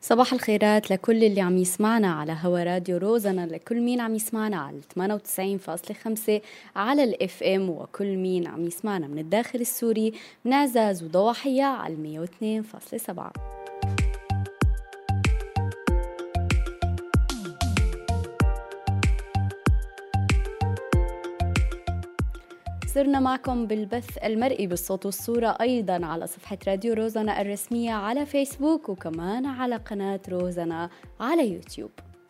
صباح الخيرات لكل اللي عم يسمعنا على هوا راديو روزنا، لكل مين عم يسمعنا على 98.5 على الاف ام، وكل مين عم يسمعنا من الداخل السوري من عزاز وضواحية على 102.7. صرنا معكم بالبث المرئي بالصوت والصورة أيضا على صفحة راديو روزنا الرسمية على فيسبوك، وكمان على قناة روزنا على يوتيوب.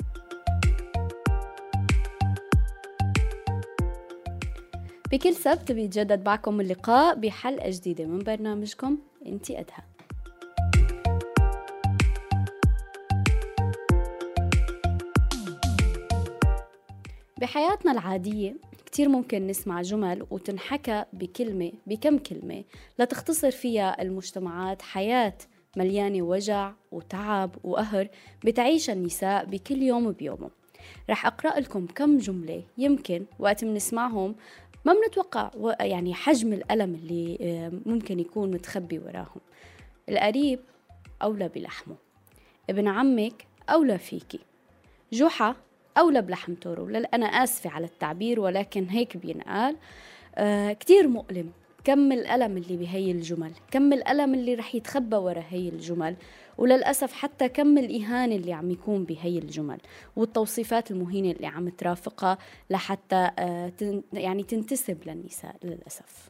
بكل سبت بيتجدد معكم اللقاء بحلقة جديدة من برنامجكم انتي أدهى. بحياتنا العادية كتير ممكن نسمع جمل وتنحكى بكم كلمة لتختصر فيها المجتمعات حياة مليانة وجع وتعب وقهر بتعيش النساء بكل يوم بيومه. رح أقرأ لكم كم جملة يمكن وقت منسمعهم ما منتوقع يعني حجم الألم اللي ممكن يكون متخبي وراهم. القريب أولى بلحمه، ابن عمك أولى فيكي، جحا أولى بلحم طورو. أنا آسفة على التعبير ولكن هيك بينقال. كتير مؤلم كم الألم اللي بهي الجمل، كم الألم اللي رح يتخبى ورا هي الجمل، وللأسف حتى كم الإهانة اللي عم يكون بهي الجمل والتوصيفات المهينة اللي عم ترافقها لحتى يعني تنتسب للنساء للأسف.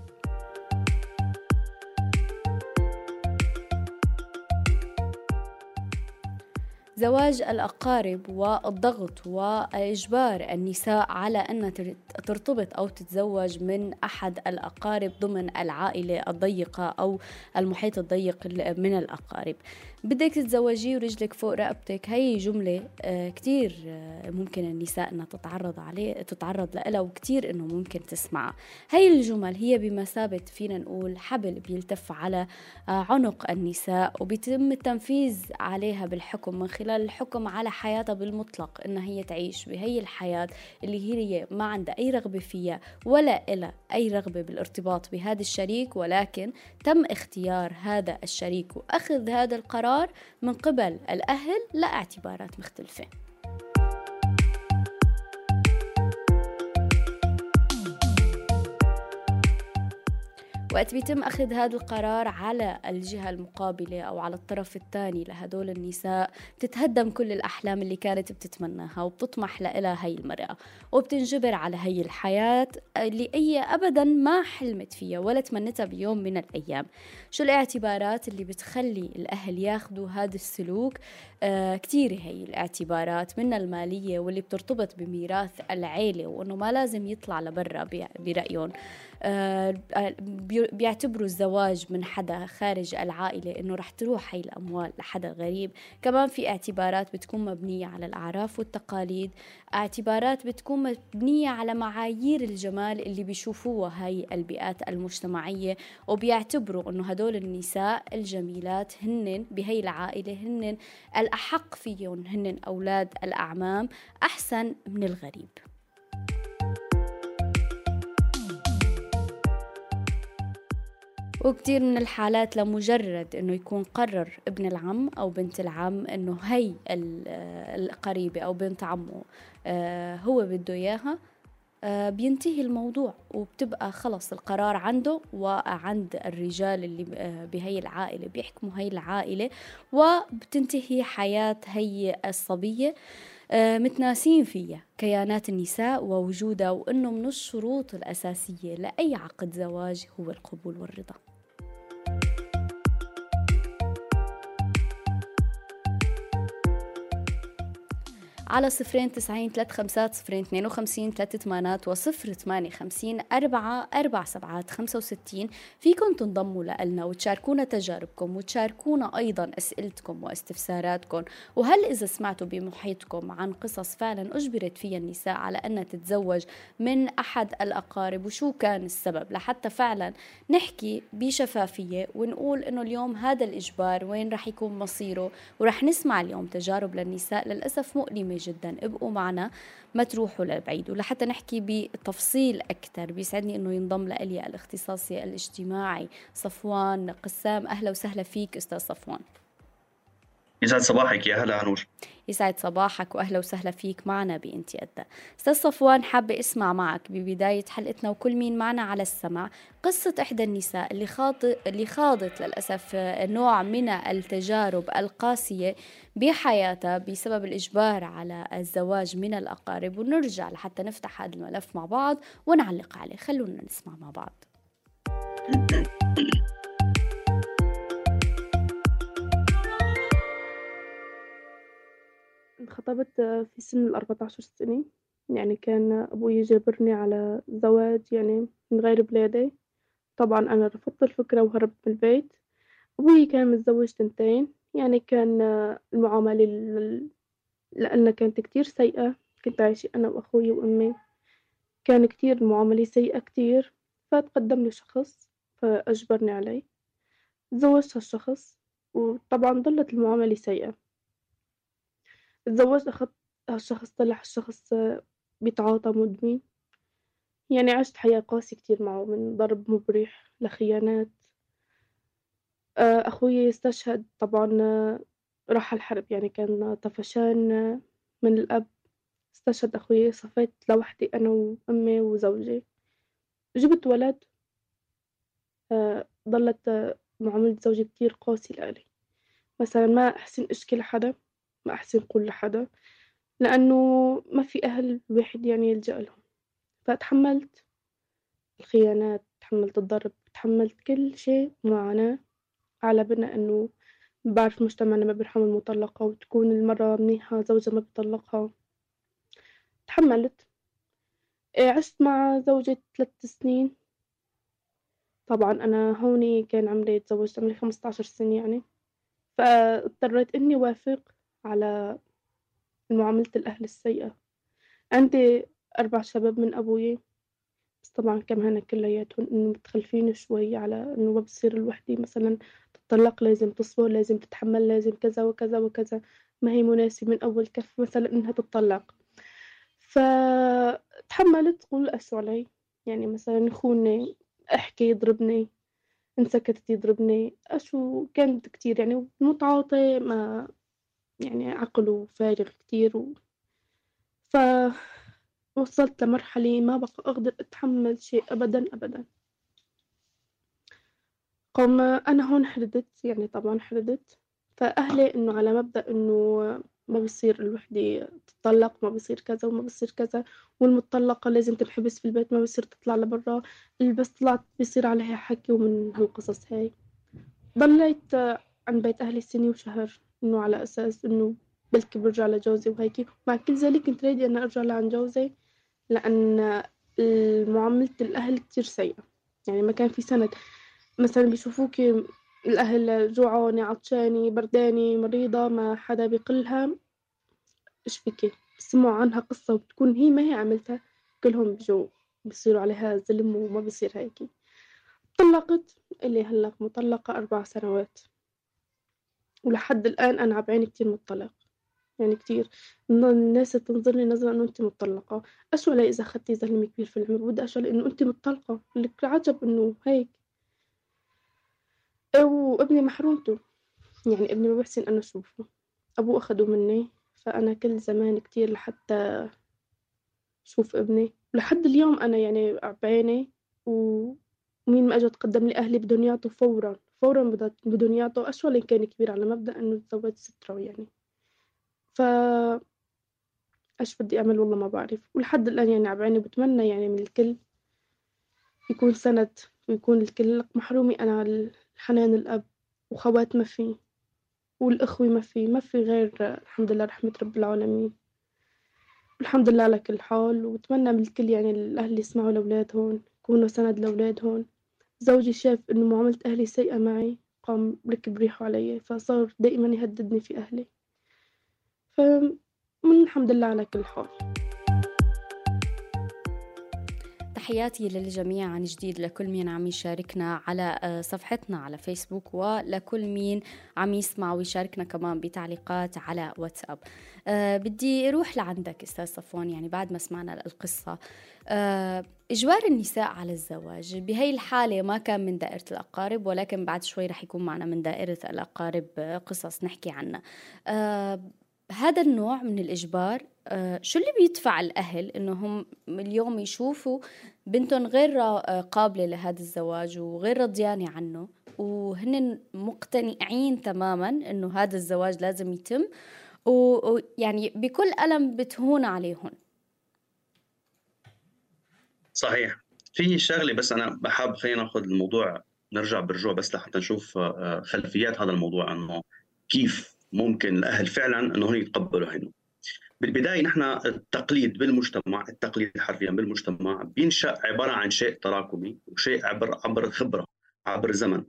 زواج الأقارب والضغط وإجبار النساء على أن ترتبط أو تتزوج من أحد الأقارب ضمن العائلة الضيقة أو المحيط الضيق من الأقارب. بدك تتزوجي ورجلك فوق رقبتك، هي جملة كتير ممكن النساء أنها تتعرض لها، وكتير أنه ممكن تسمعها. هي الجمل هي بمثابة فينا نقول حبل بيلتف على عنق النساء، وبيتم التنفيذ عليها بالحكم من خلال الحكم على حياتها بالمطلق، إنها هي تعيش بهي الحياة اللي هي ما عندها أي رغبة فيها ولا إلها أي رغبة بالارتباط بهذا الشريك، ولكن تم اختيار هذا الشريك وأخذ هذا القرار من قبل الأهل لاعتبارات مختلفة. وقت بيتم أخذ هذا القرار على الجهة المقابلة أو على الطرف الثاني لهدول النساء، تتهدم كل الأحلام اللي كانت بتتمناها وبتطمح لها هاي المرأة، وبتنجبر على هاي الحياة اللي هي أبدا ما حلمت فيها ولا تمنتها بيوم من الأيام. شو الاعتبارات اللي بتخلي الأهل ياخدوا هذا السلوك؟ كتير هي الاعتبارات، من المالية واللي بترتبط بميراث العيلة، وأنه ما لازم يطلع لبرا برأيهم. بيعتبروا الزواج من حدا خارج العائلة إنه رح تروح هاي الأموال لحدا غريب. كمان في اعتبارات بتكون مبنية على الأعراف والتقاليد، اعتبارات بتكون مبنية على معايير الجمال اللي بيشوفوها هاي البيئات المجتمعية، وبيعتبروا إنه هدول النساء الجميلات هن بهاي العائلة هن الأحق فيهم، هن أولاد الأعمام أحسن من الغريب. وكتير من الحالات لمجرد انه يكون قرر ابن العم او بنت العم انه هي القريبة او بنت عمه هو بده اياها، بينتهي الموضوع وبتبقى خلص القرار عنده وعند الرجال اللي بهي العائلة بيحكموا هي العائلة، وبتنتهي حياة هي الصبية متناسين فيها كيانات النساء ووجودها، وإنه من الشروط الأساسية لأي عقد زواج هو القبول والرضا. على 090350253 و088544765 فيكم تنضموا لنا وتشاركونا تجاربكم وتشاركونا أيضا أسئلتكم واستفساراتكم. وهل إذا سمعتوا بمحيطكم عن قصص فعلا أجبرت فيها النساء على أن تتزوج من أحد الأقارب، وشو كان السبب، لحتى فعلا نحكي بشفافية ونقول إنه اليوم هذا الإجبار وين رح يكون مصيره. ورح نسمع اليوم تجارب للنساء للأسف مؤلمة جدا. ابقوا معنا ما تروحوا للبعيد، ولحتى نحكي بتفصيل أكثر بيسعدني أنه ينضم لي الاختصاصي الاجتماعي صفوان قسام. أهلا وسهلا فيك أستاذ صفوان. يسعد صباحك، يا هلا نور. يسعد صباحك وأهلا وسهلا فيك معنا بإنتي قدها. أستاذ صفوان، حابة أسمع معك ببداية حلقتنا وكل مين معنا على السمع قصة إحدى النساء اللي خاضت للأسف نوع من التجارب القاسية بحياتها بسبب الإجبار على الزواج من الأقارب، ونرجع لحتى نفتح هذا الملف مع بعض ونعلق عليه. خلونا نسمع مع بعض. انخطبت في سن ال14 سنة. يعني كان أبوي يجبرني على زواج يعني من غير بلادي. طبعا أنا رفضت الفكرة وهربت من البيت. أبوي كان متزوج تنتين، يعني كان المعاملة لأنها كانت كتير سيئة. كنت عايشة أنا وأخوي وأمي، كان كتير المعاملة سيئة كتير. فتقدم لي شخص فأجبرني عليه، تزوجت هالشخص، وطبعا ضلت المعاملة سيئة. اتزوجت أخدت هالشخص، طلع هالشخص بيتعاطى مدمن. يعني عشت حياة قاسية كتير معه، من ضرب مبرح لخيانات. أخوي استشهد طبعا، راح الحرب، يعني كان طفشان من الأب. استشهد أخوي، صفيت لوحدي أنا وأمي وزوجي، جبت ولد. ضلت معاملة زوجي كتير قاسية لإلي. مثلا ما أحسن أشكي لحدا، ما أحسن أقول لحدا، لأنه ما في أهل الواحد يعني يلجأ لهم. فتحملت الخيانات، تحملت الضرب، تحملت كل شيء معاناة، على بناء إنه بعرف مجتمعنا ما بيرحم المطلقة، وتكون المرة منيحة زوجها ما بيطلقها. تحملت. عشت مع زوجي 3 سنين. طبعا أنا هوني كان عمري، تزوجت عمري 15 سنة يعني. فاضطريت إني وافق على معاملة الأهل السيئة. عندي 4 شباب من أبوي، بس طبعا كمان كلياتهم إنه متخلفين شوي على إنه ما بصير الوحدة مثلا تطلق لازم تصبر، لازم تتحمل، لازم كذا وكذا وكذا. ما هي مناسب من أول كف مثلا إنها تطلق. فتحملت قول أسوا علي، يعني مثلا يخونني، أحكي يضربني، إن سكتت يضربني، أشو كانت كتير يعني متعاطي، ما يعني عقله فارغ كتير فوصلت لمرحلة ما بقى أقدر أتحمل شيء أبدا أبدا. قام أنا هون حردت، يعني طبعا حردت. فأهلي إنه على مبدأ إنه ما بصير الوحدة تطلق، ما بصير كذا وما بصير كذا، والمطلقة لازم تنحبس في البيت، ما بصير تطلع لبرا، اللي بس طلعت بصير عليها حكي ومن هالقصص هاي. ضليت عند بيت أهلي سنة وشهر، إنه على أساس إنه بلكي برجع لجوزي وهيك. مع كل ذلك كنت رايدة إني أرجع لعند جوزي، لأن معاملة الأهل كتير سيئة. يعني ما كان في سند. مثلا بيشوفوكي الأهل جوعانة عطشانة بردانة مريضة، ما حدا بيقلها إيش بكي، بسمعوا عنها قصة وبتكون هي ما هي عملتها، كلهم بيجوا بيصيروا عليها ظلم وما بيصير هيك. طلقت، اللي هلا مطلقة 4 سنوات، ولحد الآن أنا عبعيني كتير متطلق. يعني كتير إنه الناس تنظرني نظرة إنه أنت متطلقة. أشو علي إذا أخدتي زلمة كبير في العمر، بدي أشو إنه أنت متطلقة، لك عجب إنه هيك. وابني محرومته، يعني ابني ما بحسن أنا أشوفه، أبوه أخده مني. فأنا كل زمان كتير لحتى أشوف ابني، ولحد اليوم أنا يعني بعيني. ومين ما أجى تقدم لي أهلي بدهم يعطوا فورا فورا، بدهم يعطوا أشو اللي كان كبير، على مبدأ إنه تزوج سترة يعني. ف إيش بدي أعمل والله ما بعرف. ولحد الآن يعني عبعيني، بتمنى يعني من الكل يكون سند، ويكون الكل محرومي أنا الحنان الأب، وخوات ما في، والأخوة ما في غير الحمد لله رحمة رب العالمين. والحمد لله على كل حال. وبتمنى من الكل يعني الأهل يسمعوا لأولادهم، يكونوا سند لأولادهم. زوجي شاف إنه معاملة أهلي سيئة معي، قام ركب ريحه علي، فصار دائما يهددني في أهلي. فمن الحمد لله على كل حال. تحياتي للجميع عن جديد، لكل مين عم يشاركنا على صفحتنا على فيسبوك، ولكل مين عم يسمع ويشاركنا كمان بتعليقات على واتساب. بدي أروح لعندك أستاذ صفوان، يعني بعد ما سمعنا القصة، إجبار النساء على الزواج بهي الحالة ما كان من دائرة الأقارب، ولكن بعد شوي رح يكون معنا من دائرة الأقارب قصص نحكي عنها. هذا النوع من الإجبار شو اللي بيدفع الأهل إنهم اليوم يشوفوا بنتهم غير قابلة لهذا الزواج وغير رضيانة عنه، وهن مقتنعين تماما إنه هذا الزواج لازم يتم، ويعني بكل ألم بتهون عليهم؟ صحيح. في شغله بس انا بحب خلينا ناخذ الموضوع، نرجع برجوع بس لحتى نشوف خلفيات هذا الموضوع، انه كيف ممكن الاهل فعلا انه يتقبلوا هينه. بالبدايه نحن التقليد بالمجتمع، التقليد حرفيا بالمجتمع بينشا عباره عن شيء تراكمي وشيء عبر خبره، عبر زمن.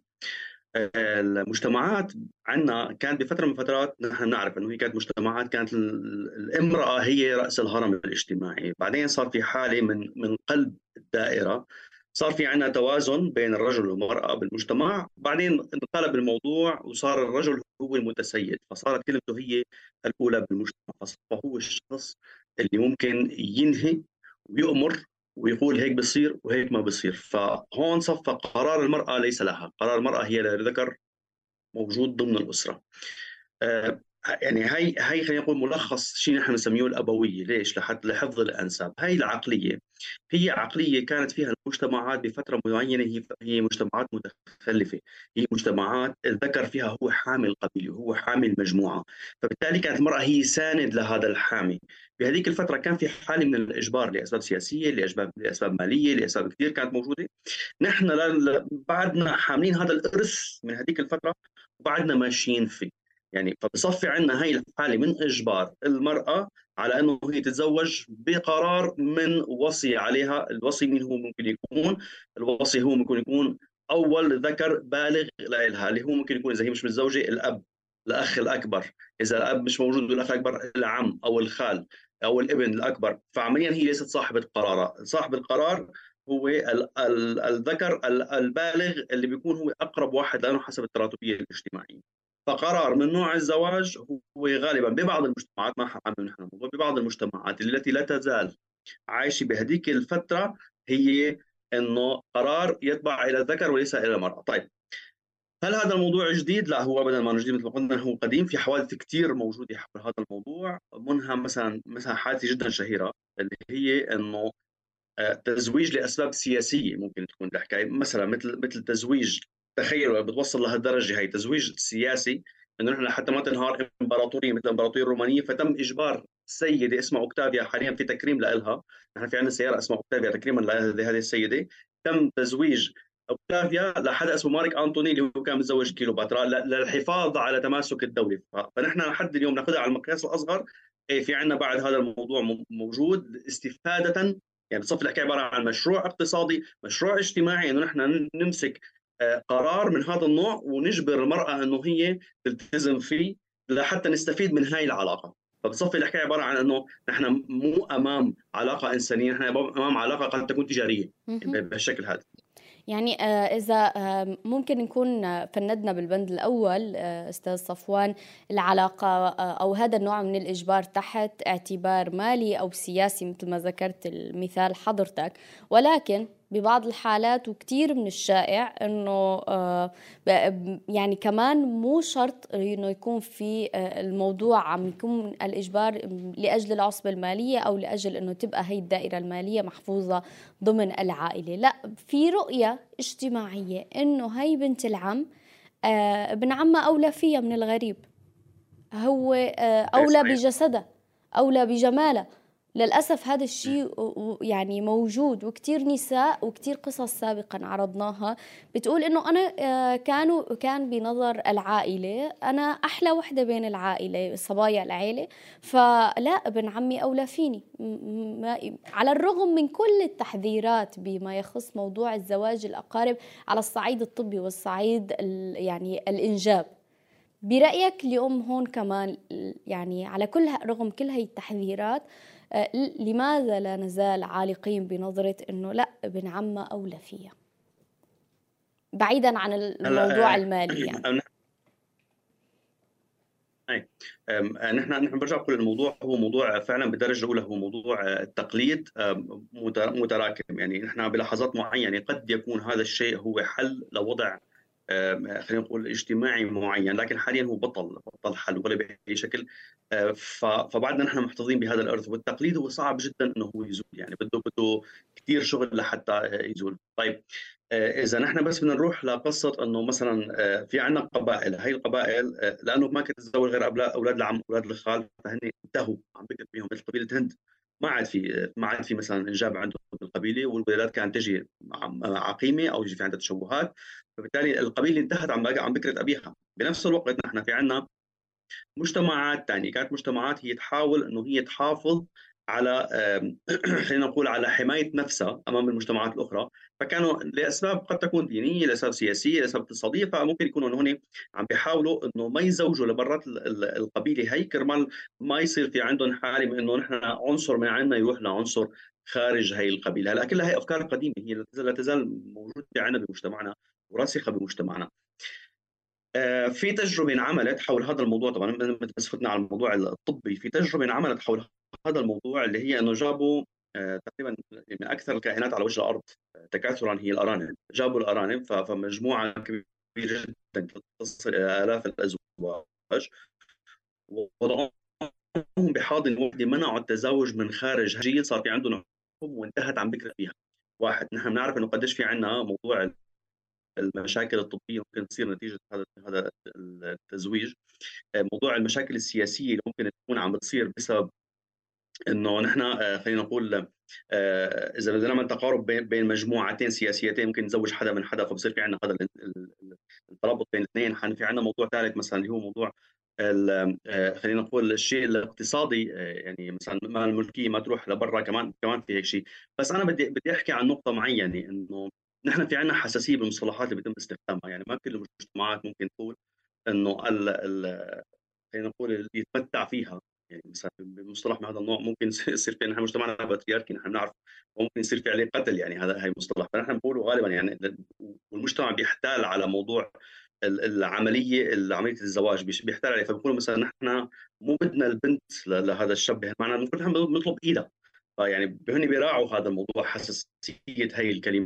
المجتمعات عندنا كانت بفتره من الفترات نحن نعرف انه هي كانت مجتمعات كانت الامراه هي راس الهرم الاجتماعي، بعدين صار في حاله من قلب الدائره، صار في عندنا توازن بين الرجل والمراه بالمجتمع، بعدين انقلب الموضوع وصار الرجل هو المتسيد، فصارت كلمته هي الاولى بالمجتمع، فهو الشخص اللي ممكن ينهي ويؤمر ويقول هيك بصير وهيك ما بصير. فهون صفى قرار المرأة ليس لها، قرار المرأة هي للذكر موجود ضمن الأسرة. يعني هي خلينا نقول ملخص شيء نحن نسميه الأبوية. ليش؟ لحد لحفظ الأنساب. هي العقلية هي عقلية كانت فيها المجتمعات بفترة معينة، هي مجتمعات متخلفة، هي مجتمعات الذكر فيها هو حامل القبيلة، هو حامل المجموعة، فبالتالي كانت المرأة هي ساند لهذا الحامي. بهذيك الفترة كان في حالة من الإجبار لأسباب سياسية، لأسباب مالية، لأسباب كثير كانت موجودة. نحن بعدنا حاملين هذا الإرث من هذيك الفترة وبعدنا ماشيين فيه. يعني فبصفي عندنا هاي الحالة من إجبار المرأة على أنه هي تتزوج بقرار من وصي عليها. الوصي مين هو ممكن يكون؟ الوصي هو ممكن يكون أول ذكر بالغ لها، اللي هو ممكن يكون إذا هي مش متزوجة الأب، الأخ الأكبر، إذا الأب مش موجود والأخ الأكبر العم أو الخال أو الابن الأكبر. فعمليا هي ليست صاحبة قرار، صاحب القرار هو الذكر البالغ اللي بيكون هو أقرب واحد له حسب التراتبية الاجتماعية. فقرار من نوع الزواج هو غالبا ببعض المجتمعات، ما حنعمم نحن الموضوع، ببعض المجتمعات التي لا تزال عايشه بهذيك الفتره، هي انه قرار يتبع الى الذكر وليس الى المراه. طيب، هل هذا الموضوع جديد؟ لا، هو ابدا ما جديد، مثل ما قلنا هو قديم. في حوادث كثير موجوده حول هذا الموضوع، منها مثلا حادثه جدا شهيره اللي هي انه تزويج لاسباب سياسيه. ممكن تكون الحكايه مثلا مثل تزويج، تخيلوا بتوصل لهالدرجه، هي تزويج سياسي، انه نحن حتى ما تنهار امبراطوريه مثل الامبراطوريه الرومانيه، فتم اجبار سيده اسمها اوكتافيا، حاليا في تكريم لها، نحن في عندنا سياره اسمها اوكتافيا تكريما لهذه السيده. تم تزويج اوكتافيا لحدا اسمه مارك انطوني اللي هو كان متزوج كيلوباترا للحفاظ على تماسك الدوله. فنحن لحد اليوم ناخذها على المقياس الاصغر، في عندنا بعد هذا الموضوع موجود استفاده. يعني بتصفي الحكايه عباره عن مشروع اقتصادي، مشروع اجتماعي، انه نحن نمسك قرار من هذا النوع ونجبر المراه انه هي تلتزم فيه لحتى نستفيد من هاي العلاقه. فبتصفي الحكايه عباره عن انه نحن مو امام علاقه انسانيه، نحن امام علاقه قد تكون تجاريه بهالشكل هذا. يعني إذا ممكن نكون فندنا بالبند الأول أستاذ صفوان العلاقة أو هذا النوع من الإجبار تحت اعتبار مالي أو سياسي مثل ما ذكرت المثال حضرتك، ولكن ببعض الحالات وكتير من الشائع أنه يعني كمان مو شرط أنه يكون في الموضوع عم يكون الإجبار لأجل العصبة المالية أو لأجل أنه تبقى هي الدائرة المالية محفوظة ضمن العائلة. لا، في رؤية اجتماعية أنه هي بنت العم ابن عمها أولى فيها من الغريب، هو أولى بجسدها، أولى بجمالها. للأسف هذا الشيء يعني موجود، وكتير نساء وكتير قصص سابقا عرضناها بتقول إنه أنا كان بنظر العائلة أنا أحلى وحدة بين العائلة، صبايا العائلة، فلا ابن عمي أولى فيني. على الرغم من كل التحذيرات بما يخص موضوع الزواج الأقارب على الصعيد الطبي والصعيد يعني الإنجاب. برأيك اليوم هون كمان يعني على رغم كل هاي التحذيرات لماذا لا نزال عالقين بنظرة إنه لا ابن عمة أولى فيها، بعيدا عن الموضوع المالي يعني؟ نحن برجع بقول الموضوع هو موضوع فعلا بالدرجه الاولى، هو موضوع التقليد متراكم. يعني نحن بلحظات معينه قد يكون هذا الشيء هو حل لوضع خلينا نقول اجتماعي معين، لكن حاليا هو بطل حل ولا باي شكل. فبعدنا نحن محتفظين بهذا الارث، والتقليد هو صعب جدا انه هو يزول، يعني بده كثير شغل لحتى يزول. طيب اذا نحن بس بدنا نروح لقصه انه مثلا في عندنا قبائل، هي القبائل لانه ما كانت تتزوج غير اولاد العم اولاد الخال، فهن انتهوا عم بكت بهم، مثل قبيله هند ما عاد في مثلا انجاب عندهم بالقبيله، والولادات كانت تجي عقيمه او يجي في عندها تشوهات، فبالتالي القبيله انتهت عن بكره ابيها. بنفس الوقت نحن في عندنا مجتمعات ثانيه، كانت مجتمعات هي تحاول انه هي تحافظ على خلينا نقول على حمايه نفسها امام المجتمعات الاخرى، فكانوا لاسباب قد تكون دينيه، لاسباب سياسيه، لاسباب اقتصاديه، فممكن يكونوا هون عم بيحاولوا انه ما يزوجوا لبرات القبيله هي، كرمال ما يصير في عندهم حاله من انه نحن عنصر من عندنا يروح لعنصر خارج هي القبيله. هلا كلها هي افكار قديمه، هي لا تزال موجوده عندنا بمجتمعنا وراسخه بمجتمعنا. في تجربة انعملت حول هذا الموضوع، طبعا مثل بس فتنا على الموضوع الطبي، في تجربة انعملت حول هذا الموضوع اللي هي انه جابوا تقريبا من اكثر الكائنات على وجه الارض تكاثرا هي الارانب، جابوا الارانب فمجموعة كبيرة جدا تصل الى الاف الازواج، ووضعوهم بحاضن وحده، منعوا التزاوج من خارج جيل صار في عندهم حكم وانتهت عن بكرة فيها. واحد، نحن بنعرف انه قديش في عندنا موضوع المشاكل الطبيه ممكن تصير نتيجه هذا التزويج، موضوع المشاكل السياسيه اللي ممكن تكون عم بتصير بسبب انه نحن خلينا نقول اذا بدنا نعمل تقارب بين مجموعتين سياسيتين، ممكن نزوج حدا من حدا، فبصير في عندنا هذا الترابط بين الاثنين. في عندنا موضوع ثالث مثلا اللي هو موضوع خلينا نقول الشيء الاقتصادي، يعني مثلا ما الملكيه ما تروح لبرا، كمان في هيك شيء. بس انا بدي احكي عن نقطه معينه، انه نحن في عندنا حساسيه بالمصطلحات اللي بيتم استخدامها، يعني ما كل المجتمعات ممكن تقول انه خلينا نقول اللي يتمتع فيها، يعني مثلا بمصطلح من هذا النوع ممكن يصير في، نحن مجتمعنا باترياركي نحن بنعرف، وممكن يصير في عليه قتل، يعني هذا هي مصطلح، فنحن بنقوله غالبا يعني، والمجتمع بيحتال على موضوع عمليه الزواج، بيحتال عليه، فبيقولوا مثلا نحن مو بدنا البنت لهذا الشاب، معناها ممكن نحن بنطلب ايدها، فيعني هن بيراعوا هذا الموضوع، حساسيه هي الكلمات،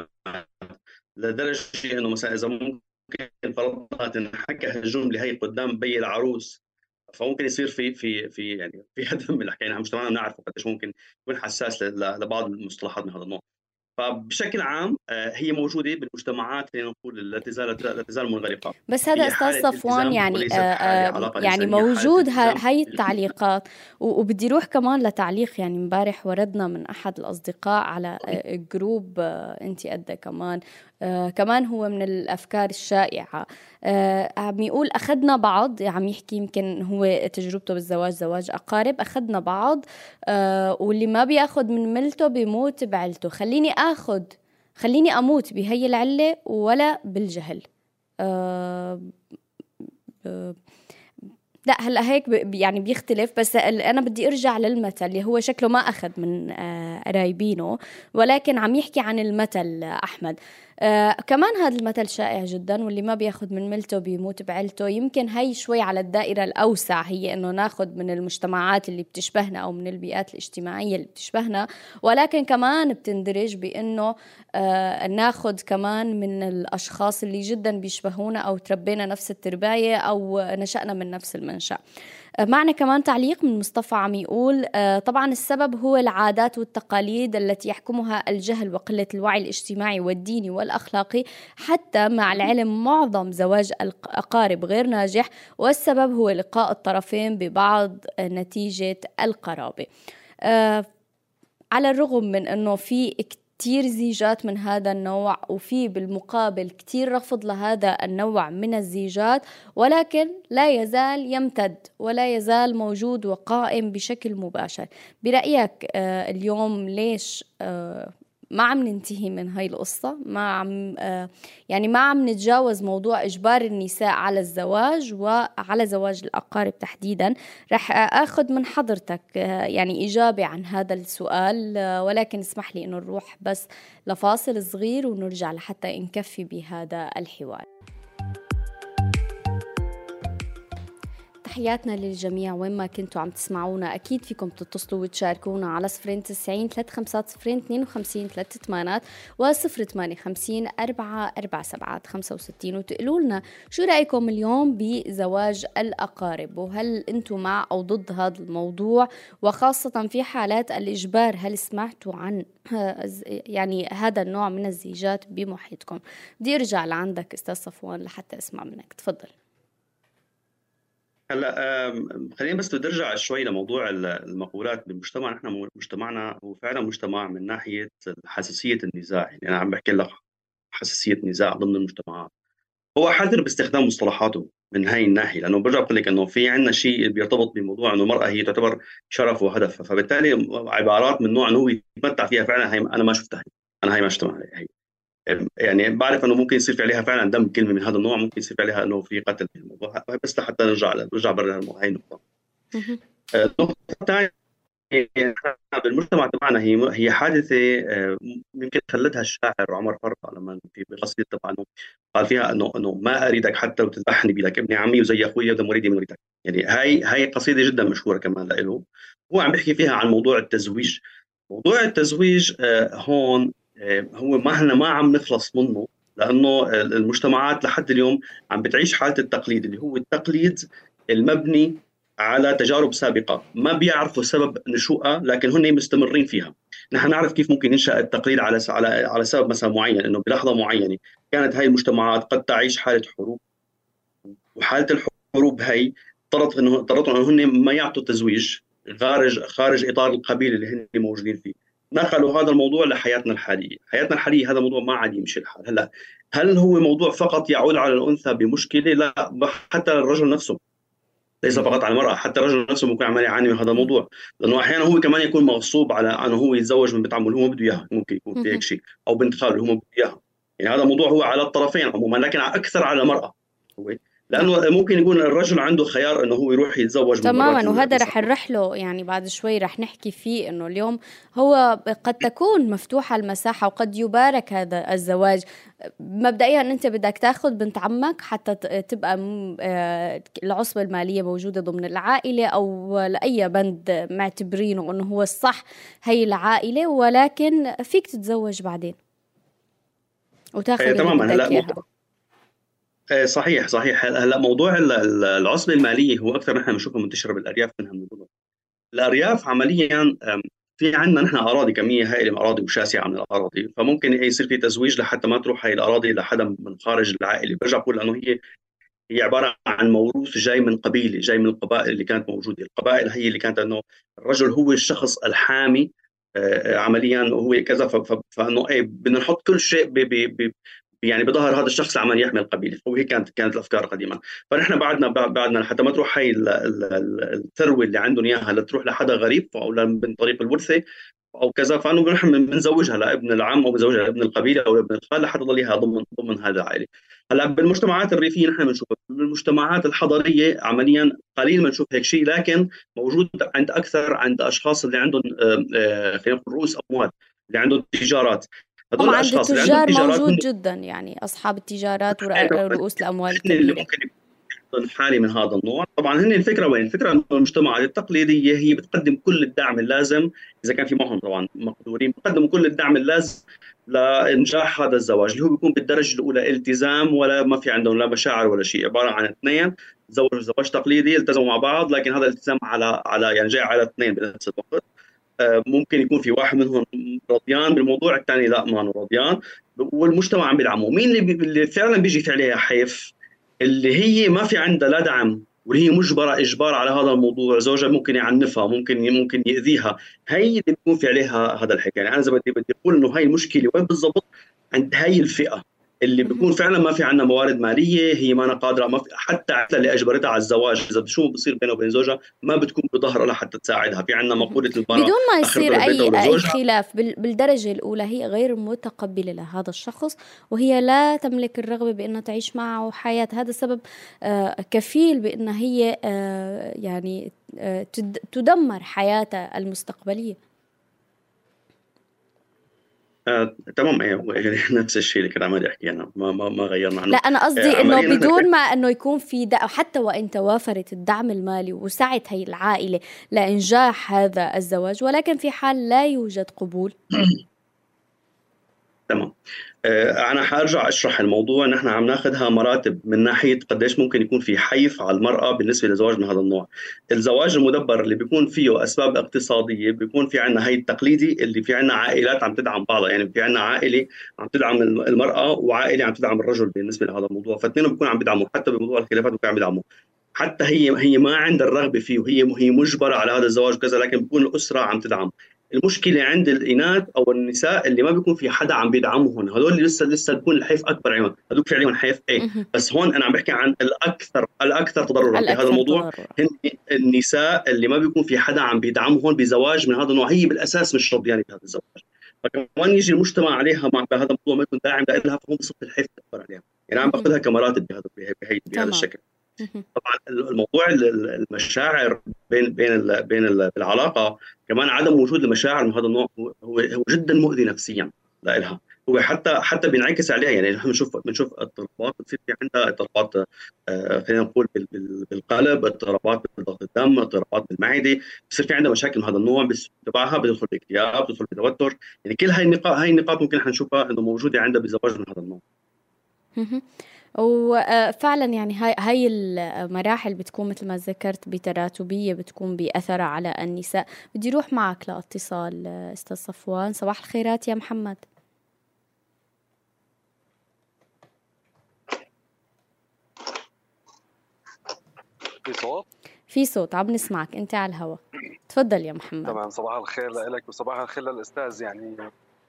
لدرجه انه مثلا اذا ممكن فرضنا تنحكى هالجمله هي قدام بي العروس، فممكن يصير في يعني في هدم من الحكي. يعني مجتمعنا بنعرف قديش ممكن يكون حساس لبعض المصطلحات من هذا النوع. فبشكل عام هي موجوده بالمجتمعات، خلينا نقول لا تزال منغلقه. بس هذا استاذ صفوان يعني يعني إنسانية، موجود هاي التعليقات، وبدي روح كمان لتعليق يعني امبارح وردنا من احد الاصدقاء على جروب انت قد كمان هو من الافكار الشائعه، عم يقول اخذنا بعض، عم يحكي يمكن هو تجربته بالزواج زواج اقارب، اخذنا بعض واللي ما بياخذ من ملته بيموت بعيلته، خليني اموت بهي العله ولا بالجهل. لا هلا هيك يعني بيختلف، بس انا بدي ارجع للمثل اللي هو شكله ما اخذ من قرايبينه، ولكن عم يحكي عن المثل احمد. كمان هذا المثل شائع جدا، واللي ما بياخذ من ملته بيموت بعيلته، يمكن هي شوي على الدائرة الأوسع، هي إنه ناخذ من المجتمعات اللي بتشبهنا أو من البيئات الاجتماعية اللي بتشبهنا، ولكن كمان بتندرج بإنه ناخذ كمان من الأشخاص اللي جدا بيشبهونا أو تربينا نفس الترباية أو نشأنا من نفس المنشأ. معنا كمان تعليق من مصطفى عم يقول طبعا السبب هو العادات والتقاليد التي يحكمها الجهل وقلة الوعي الاجتماعي والديني والأخلاقي، حتى مع العلم معظم زواج الأقارب غير ناجح، والسبب هو لقاء الطرفين ببعض نتيجة القرابة. على الرغم من أنه في كتير زيجات من هذا النوع، وفي بالمقابل كتير رفض لهذا النوع من الزيجات، ولكن لا يزال يمتد ولا يزال موجود وقائم بشكل مباشر. برأيك اليوم ليش ما عم ننتهي من هاي القصة، ما عم يعني ما عم نتجاوز موضوع إجبار النساء على الزواج وعلى زواج الأقارب تحديدا. رح أخذ من حضرتك يعني إجابة عن هذا السؤال، ولكن اسمح لي إنه نروح بس لفاصل صغير ونرجع لحتى نكفي بهذا الحوار. تحياتنا للجميع وين ما كنتوا عم تسمعونا. أكيد فيكم تتصلوا وتشاركونا على 090 350 52 38 و058 447 65 وتقولوا لنا شو رأيكم اليوم بزواج الأقارب، وهل أنتوا مع أو ضد هذا الموضوع، وخاصة في حالات الإجبار هل سمعتوا عن يعني هذا النوع من الزيجات بمحيطكم؟ بدي أرجع لعندك أستاذ صفوان لحتى أسمع منك، تفضل. هلا خلينا بس نرجع شوي لموضوع المقولات بمجتمع. نحن مجتمعنا هو فعلا مجتمع من ناحيه حساسيه النزاع، يعني انا عم بحكي لك حساسيه نزاع ضمن المجتمعات، هو حذر باستخدام مصطلحاته من هاي الناحيه، لانه برجع بقول لك انه في عندنا شيء بيرتبط بموضوع انه المراه هي تعتبر شرف وهدف، فبالتالي عبارات من نوع انه هو يتمتع فيها فعلا هي انا ما شفتها، انا هاي ما شفتها هي. يعني بعرف انه ممكن يصير في عليها فعلا دم كلمه من هذا النوع، ممكن يصير في عليها انه في قتل في الموضوع، بس لحتى نرجع برا هاي النقطه. النقطه الثانيه بالمجتمع تبعنا هي حادثه يمكن خلدها الشاعر عمر فرقه لما في بقصيدة تبعه قال فيها انه ما اريدك حتى لو تذبحني بلك ابن عمي وزي اخوي ودم وليدي من وليدك. يعني هاي قصيده جدا مشهوره كمان له. هو عم بيحكي فيها عن موضوع التزويج. موضوع التزويج هون هو ما عم نخلص منه، لانه المجتمعات لحد اليوم عم بتعيش حاله التقليد، اللي هو التقليد المبني على تجارب سابقه ما بيعرفوا سبب نشوئها، لكن هن مستمرين فيها. نحن نعرف كيف ممكن ينشا التقليد على سبب مثلا معين، انه بلحظه معينه كانت هاي المجتمعات قد تعيش حاله حروب، وحاله الحروب هي اضطرتهم انه هن ما يعطوا تزويج خارج اطار القبيله اللي هن موجودين فيه. نقلوا هذا الموضوع لحياتنا الحاليه، حياتنا الحاليه هذا الموضوع ما عاد يمشي الحال. هلا هل هو موضوع فقط يعود على الانثى بمشكله؟ لا، حتى الرجل نفسه، ليس فقط على المرأة، حتى الرجل نفسه ممكن عمال يعاني من هذا الموضوع، لأنه أحيانا هو كمان يكون مغصوب على أنه هو يتزوج من بنت عمه اللي هو بده إياها، ممكن يكون في هيك شيء، أو بنت خاله اللي هو بده إياها. يعني هذا الموضوع هو على الطرفين عموما، لكن أكثر على المرأة، هو لأنه ممكن يكون الرجل عنده خيار أنه هو يروح يتزوج تماما، وهذا رح نروح له يعني بعد شوي رح نحكي فيه، انه اليوم هو قد تكون مفتوحة المساحة وقد يبارك هذا الزواج. مبدئيا انت بدك تاخذ بنت عمك حتى تبقى العصبة المالية موجودة ضمن العائلة، او لأي بند معتبرينه انه هو الصح هي العائلة، ولكن فيك تتزوج بعدين وتاخذ اللي بدك اياها. صحيح. هلا موضوع العصبة المالية هو أكثر نحن بنشوفه منتشر بالأرياف منها من المدن. الأرياف عمليا في عندنا نحن أراضي كمية هائلة من أراضي وشاسعة من الأراضي، فممكن يصير في تزويج لحتى ما تروح هاي الأراضي لحدا من خارج العائلة. برجع بقول أنه هي عبارة عن موروث جاي من قبيلة، جاي من القبائل اللي كانت موجودة. القبائل هي اللي كانت أنه الرجل هو الشخص الحامي عمليا، وهو كذا، فانه بدنا نحط كل شيء يعني بظهر هذا الشخص اللي عمال يحمي القبيله. وهي كانت الافكار قديما. فنحن بعدنا لحتى ما تروح هاي الثروه اللي عندهم اياها لتروح لحدا غريب او من طريق الورثه او كذا، فانه نحن بنزوجها لابن العم او بنزوجها لابن القبيله او لابن الخال لحتى تضل اياها ضمن هذا العائله. هلا بالمجتمعات الريفيه نحن بنشوفها، بالمجتمعات الحضريه عمليا قليل ما نشوف هيك شيء، لكن موجود عند اشخاص اللي عندهم خلينا نقول رؤوس اموال، اللي عندهم تجارات. هذول الاشخاص اللي عندهم تجارات موجود جدا، يعني اصحاب التجارات ورؤوس الاموال الكبيره حالي من هذا النوع. طبعا هن الفكره وين؟ الفكره انه المجتمعات التقليديه هي بتقدم كل الدعم اللازم، اذا كان في معهم طبعا مقدورين بتقدموا كل الدعم اللازم لانجاح هذا الزواج، اللي هو بيكون بالدرجه الاولى التزام، ولا ما في عندهم لا مشاعر ولا شيء، عباره عن اثنين تزوجوا زواج تقليدي التزموا مع بعض، لكن هذا الالتزام على يعني جاي على اثنين بنفس الوقت. ممكن يكون في واحد منهم رضيان بالموضوع، الثاني لا ما رضيان، والمجتمع عم بيدعمه. مين اللي فعلا بيجي في عليها حيف؟ اللي هي ما في عندها لا دعم، واللي هي مجبره اجبار على هذا الموضوع، زوجها ممكن يعنفها، ممكن ياذيها، هي اللي بيكون في عليها هذا الحكي. يعني انا زي بدي اقول انه هاي المشكله وين بالضبط؟ عند هاي الفئه، اللي بيكون فعلا ما في عندنا موارد ماليه، هي ما قادره، ما في حتى عائلة اللي اجبرتها على الزواج، اذا شو بصير بينه وبين زوجها ما بتكون بظهر لها حتى تساعدها. في عندنا مقوله المراه بدون ما اخرته يصير لبيتها أي ولزوجها. خلاف بالدرجة الأولى، هي غير متقبلة لهذا الشخص، وهي لا تملك الرغبة بأنها تعيش معه حياة. هذا السبب كفيل بأن هي يعني تدمر حياتها المستقبلية. تمام، يعني نفس الشيء اللي كان عمال يحكي انا، ما غيرنا عنه. لا، أنا قصدي إنه عمليا نحن بدون ما إنه يكون في حتى وإن توافرت الدعم المالي وسعت هي العائلة لإنجاح هذا الزواج، ولكن في حال لا يوجد قبول. تمام. أنا حارجع أشرح الموضوع. نحن عم ناخذها مراتب من ناحية قديش ممكن يكون في حيف على المرأة بالنسبة لزواج من هذا النوع. الزواج المدبر اللي بيكون فيه أسباب اقتصادية، بيكون في عنا هي التقليدي اللي في عنا عائلات عم تدعم بعضها، يعني في عنا عائلة عم تدعم المرأة وعائلة عم تدعم الرجل بالنسبة لهذا الموضوع، فاثنين بيكونوا عم بيدعموا حتى بموضوع الخلافات، بيكونوا عم بيدعموا. حتى هي ما عندها الرغبة فيه، وهي مجبرة على هذا الزواج وكذا، لكن بتكون الأسرة عم تدعم. المشكله عند الاناث او النساء اللي ما بيكون في حدا عم بيدعمهم، هذول اللي لسه بيكون الحيف اكبر عليهم، هذول في عليهم حيف ايه. بس هون انا عم بحكي عن الاكثر تضررا بهذا الأكثر الموضوع، تضررا. هن النساء اللي ما بيكون في حدا عم بيدعمهم بزواج من هذا النوع، هي بالاساس مش راضيانه بهذا الزواج، فكمان يجي المجتمع عليها مع بهذا الموضوع ما يكون داعم لها، فهم بصف الحيف اكبر عليها. يعني عم باخذها كمراتب بهذا تمام. الشكل. طبعا الموضوع المشاعر بالعلاقه، كمان عدم وجود المشاعر من هذا النوع هو جدا مؤذي نفسيا لها. هو حتى بينعكس عليها. يعني نحن بنشوف اضطرابات بتصير في عندها اضطرابات، خلينا نقول بالقلب، اضطرابات بضغط الدم، اضطرابات بالمعده، بصير في عندها مشاكل من هذا النوع تبعها، بتدخل باكتئاب، بتدخل بتوتر. يعني كل هاي النقاط ممكن نحن نشوفها انه موجوده عندها بزواج من هذا النوع. وفعلا يعني هاي المراحل بتكون مثل ما ذكرت بتراتبية، بتكون بأثرها على النساء. بدي روح معك لاتصال أستاذ صفوان. صباح الخيرات يا محمد. في صوت؟ في صوت، عم نسمعك، انت على الهوا. تفضل يا محمد. طبعا صباح الخير لك وصباح الخير للأستاذ. يعني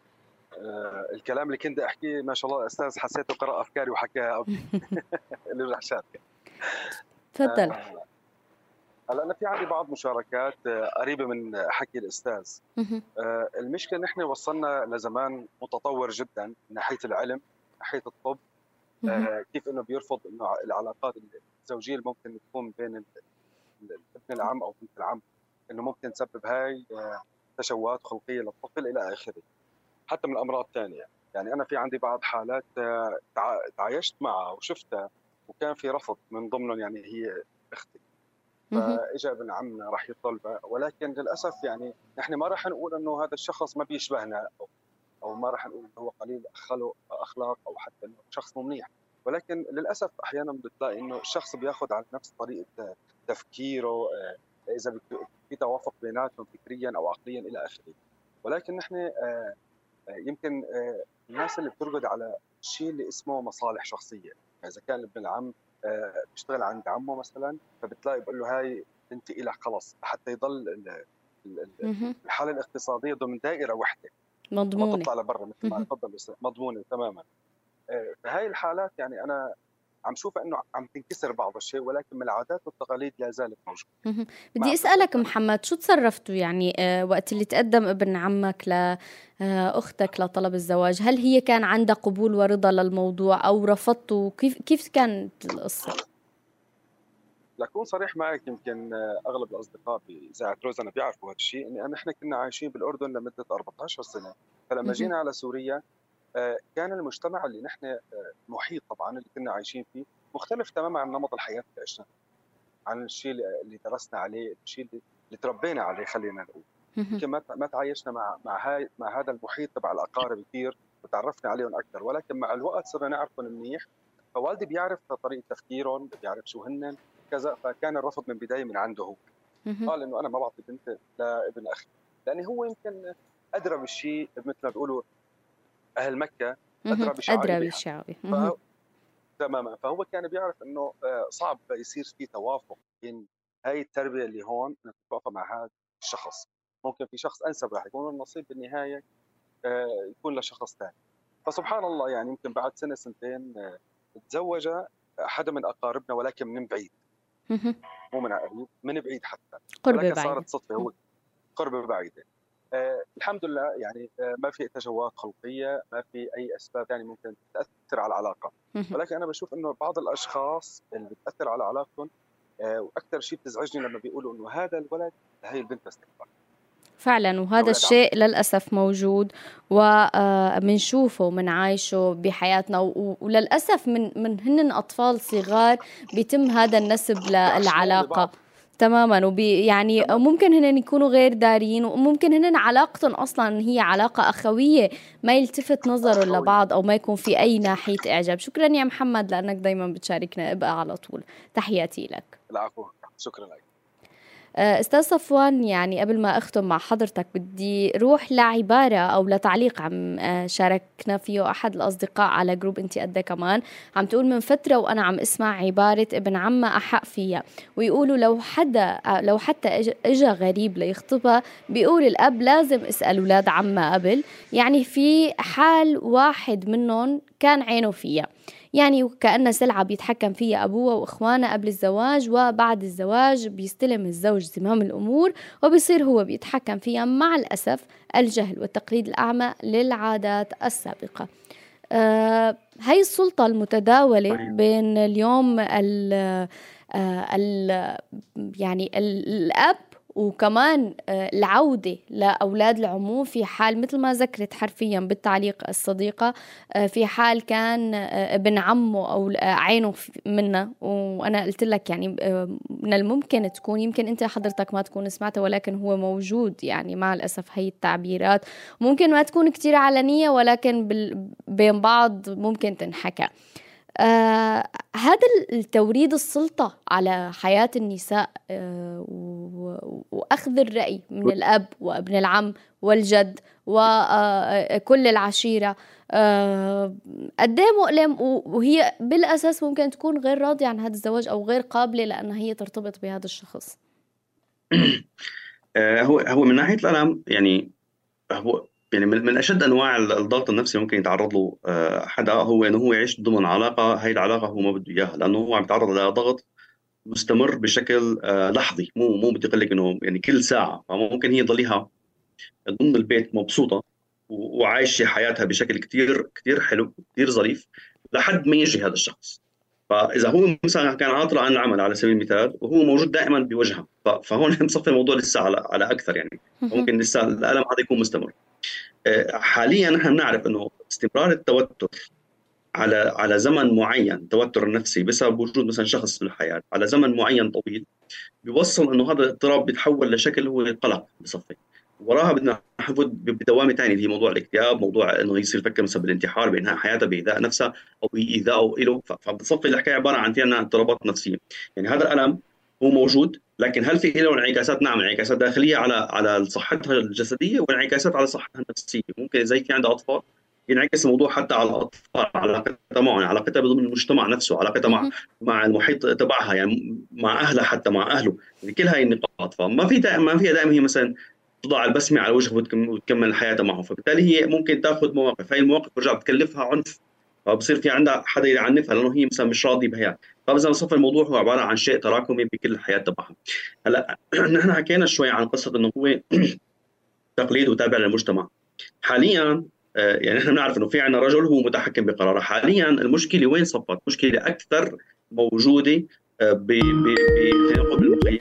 الكلام اللي كنت أحكيه ما شاء الله الأستاذ حسيته قرأ أفكاري وحكاها اللي رح شاركها. تفضل. هلا أنا في عندي بعض مشاركات قريبة من حكي الأستاذ. المشكلة نحن وصلنا لزمان متطور جدا من ناحية العلم، من ناحية الطب. كيف إنه بيرفض إنه العلاقات الزوجية اللي ممكن تكون بين ابن العم أو بنت العم إنه ممكن تسبب هاي تشوهات خلقية للطفل إلى آخره، حتى من الأمراض الثانية. يعني أنا في عندي بعض حالات تعايشت معها وشفتها وكان في رفض من ضمنهم، يعني هي أختي، فإجا ابن عمنا راح يطلبها، ولكن للأسف يعني نحن ما راح نقول إنه هذا الشخص ما بيشبهنا أو ما راح نقول إنه هو قليل أخلاق أو حتى إنه شخص مو منيح، ولكن للأسف أحيانا بتلاقي إنه الشخص بياخذ على نفس طريقة تفكيره، إذا في توافق بيناتهم فكريا أو عقليا إلى آخره. ولكن نحن يمكن الناس اللي بترقد على الشيء اللي اسمه مصالح شخصية، إذا كان ابن العم بيشتغل عند عمه مثلا، فبتلاقي بقول له هاي بنتي إلك خلص، حتى يضل الحالة الاقتصادية ضمن دائرة واحدة مضمونة، ما تطلع لبرا مثل ما تفضل، مضمونة تماما. فهاي الحالات يعني أنا عم شوفها انه عم تنكسر بعض الشيء، ولكن من العادات والتقاليد لا زالت موجوده. بدي اسالك محمد، شو تصرفتوا يعني وقت اللي تقدم ابن عمك لاختك لطلب الزواج؟ هل هي كان عندها قبول ورضا للموضوع او رفضتوا؟ كيف كانت القصه؟ لأكون صريح معك، يمكن اغلب الاصدقاء باذاعه روزانا بيعرفوا هذا الشيء، اني احنا كنا عايشين بالاردن لمده 14 سنه، فلما جينا على سوريا كان المجتمع اللي نحن محيط طبعا اللي كنا عايشين فيه مختلف تماما عن نمط الحياه اللي عشناه، عن الشيء اللي درسنا عليه، الشيء اللي تربينا عليه خلينا نقول. يمكن ما تعايشنا مع هذا المحيط تبع الاقارب كثير وتعرفنا عليهم اكثر، ولكن مع الوقت صرنا نعرفهم منيح. فوالدي بيعرف طريقه تفكيرهم، بيعرف شو هن كذا، فكان الرفض من بدايه من عنده هو. قال انه انا ما بعطي بنت لابن اخي، لانه هو يمكن ادرى بالشيء، مثل ما بيقولوا اهل مكه ادرى بشعائرها. تماما. فهو كان بيعرف انه صعب يصير في توافق بين هاي التربيه اللي هون انك تتوافق مع هذا الشخص. ممكن في شخص انسب راح يكون النصيب بالنهايه يكون لشخص ثاني. فسبحان الله يعني يمكن بعد سنة سنتين تزوج حدا من أقاربنا ولكن من بعيد، مو من قريب، من بعيد حتى، قرب ولكن بعيد. صارت صدفة، هو قرب بعيدة. الحمد لله يعني ما في تجاوزات خلقية، ما في أي أسباب ثانية ممكن تأثر على العلاقة، ولكن أنا بشوف إنه بعض الأشخاص اللي بتأثر على علاقتهم وأكثر شيء بتزعجني لما بيقولوا إنه هذا الولد هي البنت بس تكبر. فعلا، وهذا الشيء للأسف موجود ومنشوفه منعايشه بحياتنا، وللأسف من هن أطفال صغار بيتم هذا النسب للعلاقة تماما. يعني ممكن هن يكونوا غير دارين، وممكن هن علاقتهم أصلا هي علاقة أخوية، ما يلتفت نظرهم لبعض أو ما يكون في أي ناحية إعجاب. شكرا يا محمد لأنك دايما بتشاركنا، ابقى على طول. تحياتي لك. العفو، شكرا لك. أستاذ صفوان، يعني قبل ما أختم مع حضرتك بدي روح لعبارة أو لتعليق عم شاركنا فيه أحد الأصدقاء على جروب أنتي قد كمان. عم تقول من فترة وأنا عم أسمع عبارة ابن عمة أحق فيها، ويقولوا لو حتى إجا غريب ليخطبها بيقول الأب لازم اسأل أولاد عمة قبل، يعني في حال واحد منهم كان عينه فيها، يعني كأن سلعة بيتحكم فيها أبوه وإخوانه قبل الزواج، وبعد الزواج بيستلم الزوج زمام الأمور وبيصير هو بيتحكم فيها، مع الأسف الجهل والتقليد الأعمى للعادات السابقة. هاي السلطة المتداولة بين اليوم يعني الأب وكمان العودة لأولاد العموم في حال مثل ما ذكرت حرفيا بالتعليق الصديقة، في حال كان ابن عمه أو عينه منه. وأنا قلت لك يعني من الممكن تكون، يمكن أنت حضرتك ما تكون سمعته، ولكن هو موجود يعني مع الأسف هي التعبيرات ممكن ما تكون كتير علنية، ولكن بين بعض ممكن تنحكى. هذا التوريد السلطة على حياة النساء وأخذ الرأي من الأب وابن العم والجد وكل العشيرة قد ايه مؤلم، وهي بالأساس ممكن تكون غير راضية عن هذا الزواج أو غير قابلة لأنها هي ترتبط بهذا الشخص. هو من ناحية الألم، يعني هو يعني من أشد أنواع الضغط النفسي ممكن يتعرض له حدا، هو إنه هو يعيش ضمن علاقة، هاي العلاقة هو ما بده إياها، لأنه هو عم يتعرض لضغط مستمر بشكل لحظي، مو بدي أقول لك إنه يعني كل ساعة. فممكن هي تضليها ضمن البيت مبسوطة وعايشة حياتها بشكل كتير كتير حلو كتير ظريف لحد ما يجي هذا الشخص. فإذا هو مثلا كان عاطل عن العمل على سبيل المثال وهو موجود دائما بوجهها، فهون بصفي الموضوع لسه على أكثر، يعني ممكن لسه الألم هذا يكون مستمر. حاليا نحن بنعرف انه استمرار التوتر على زمن معين، التوتر النفسي بسبب وجود مثلا شخص بالحياه على زمن معين طويل، بيوصل انه هذا الاضطراب بيتحول لشكل هو قلق بصفي. وراها بدنا نحفظ بدوامه ثانيه اللي هي موضوع الاكتئاب، موضوع انه يصير يفكر مثلا بالانتحار، بانهاء حياته، بايذاء نفسها او بايذائه له. فبتصفي الحكايه عباره عن فيها اضطرابات نفسيه. يعني هذا الالم هو موجود، لكن هل في له انعكاسات؟ نعم، انعكاسات داخليه على صحتها الجسديه وانعكاسات على صحتها النفسيه. ممكن زي في عندها اطفال ينعكس الموضوع حتى على الاطفال، علاقتها معهم، علاقتها ضمن المجتمع نفسه، علاقتها مع المحيط تبعها، يعني مع اهلها، حتى مع اهله، يعني كل هاي النقاط. فما في ما فيها دائما هي مثلا تضع البسمه على وجهها وتكمل حياتها معه. فبالتالي هي ممكن تاخذ مواقف، هاي المواقف ترجع بتكلفها عنف، فبصير في عندها حدا يعنفها لانه هي مثلا مش راضيه بها. فاذا صف الموضوع هو عباره عن شيء تراكمي بكل الحياه تبعها. هلا نحن حكينا شوي عن قصه انه هو تقليد وتابع للمجتمع. حاليا يعني نحن بنعرف انه في عندنا رجل هو متحكم بقراره. حاليا المشكله وين صفت؟ مشكله اكثر موجوده بالمخيم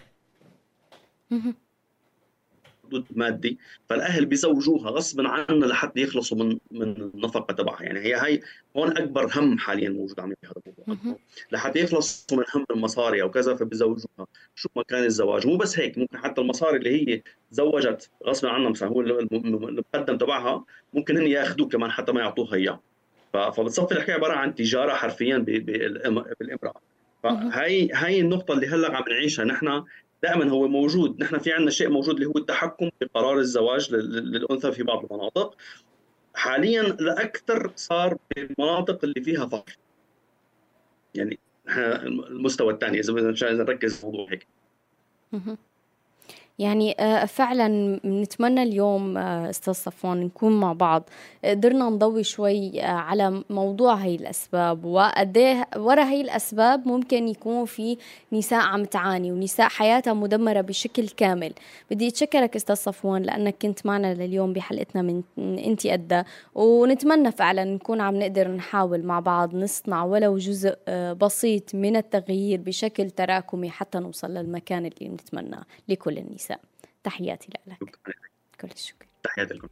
مادي. فالاهل بيزوجوها غصبا عنها لحتى يخلصوا من النفقه تبعها. يعني هي هون اكبر هم حاليا موجود عم بهذا الموضوع، لحتى يخلصوا من هم المصاري او كذا فبيزوجوها. شو ما كان الزواج، مو بس هيك، ممكن حتى المصاري اللي هي تزوجت غصبا عنها، مثلا هو المقدم تبعها ممكن هن ياخذوه كمان حتى ما يعطوها اياه. فبتصفي الحكايه عباره عن تجاره حرفيا بالامراه. فهي النقطه اللي هلا عم نعيشها نحن. دائما هو موجود، نحن في عندنا شيء موجود اللي هو التحكم بقرار الزواج للأنثى في بعض المناطق. حاليا الأكثر صار بالمناطق اللي فيها فقر، يعني المستوى الثاني إذا بدنا نركز في الموضوع هيك. يعني فعلا نتمنى اليوم أستاذ صفوان نكون مع بعض قدرنا نضوي شوي على موضوع هاي الأسباب، وقديه ورا هاي الأسباب ممكن يكون في نساء عم تعاني ونساء حياتها مدمرة بشكل كامل. بدي أتشكرك أستاذ صفوان لأنك كنت معنا لليوم بحلقتنا من أنت قدها، ونتمنى فعلا نكون عم نقدر نحاول مع بعض نصنع ولو جزء بسيط من التغيير بشكل تراكمي حتى نوصل للمكان اللي نتمناه لكل النساء. تحياتي لك. كل الشكر. تحياتي لكم.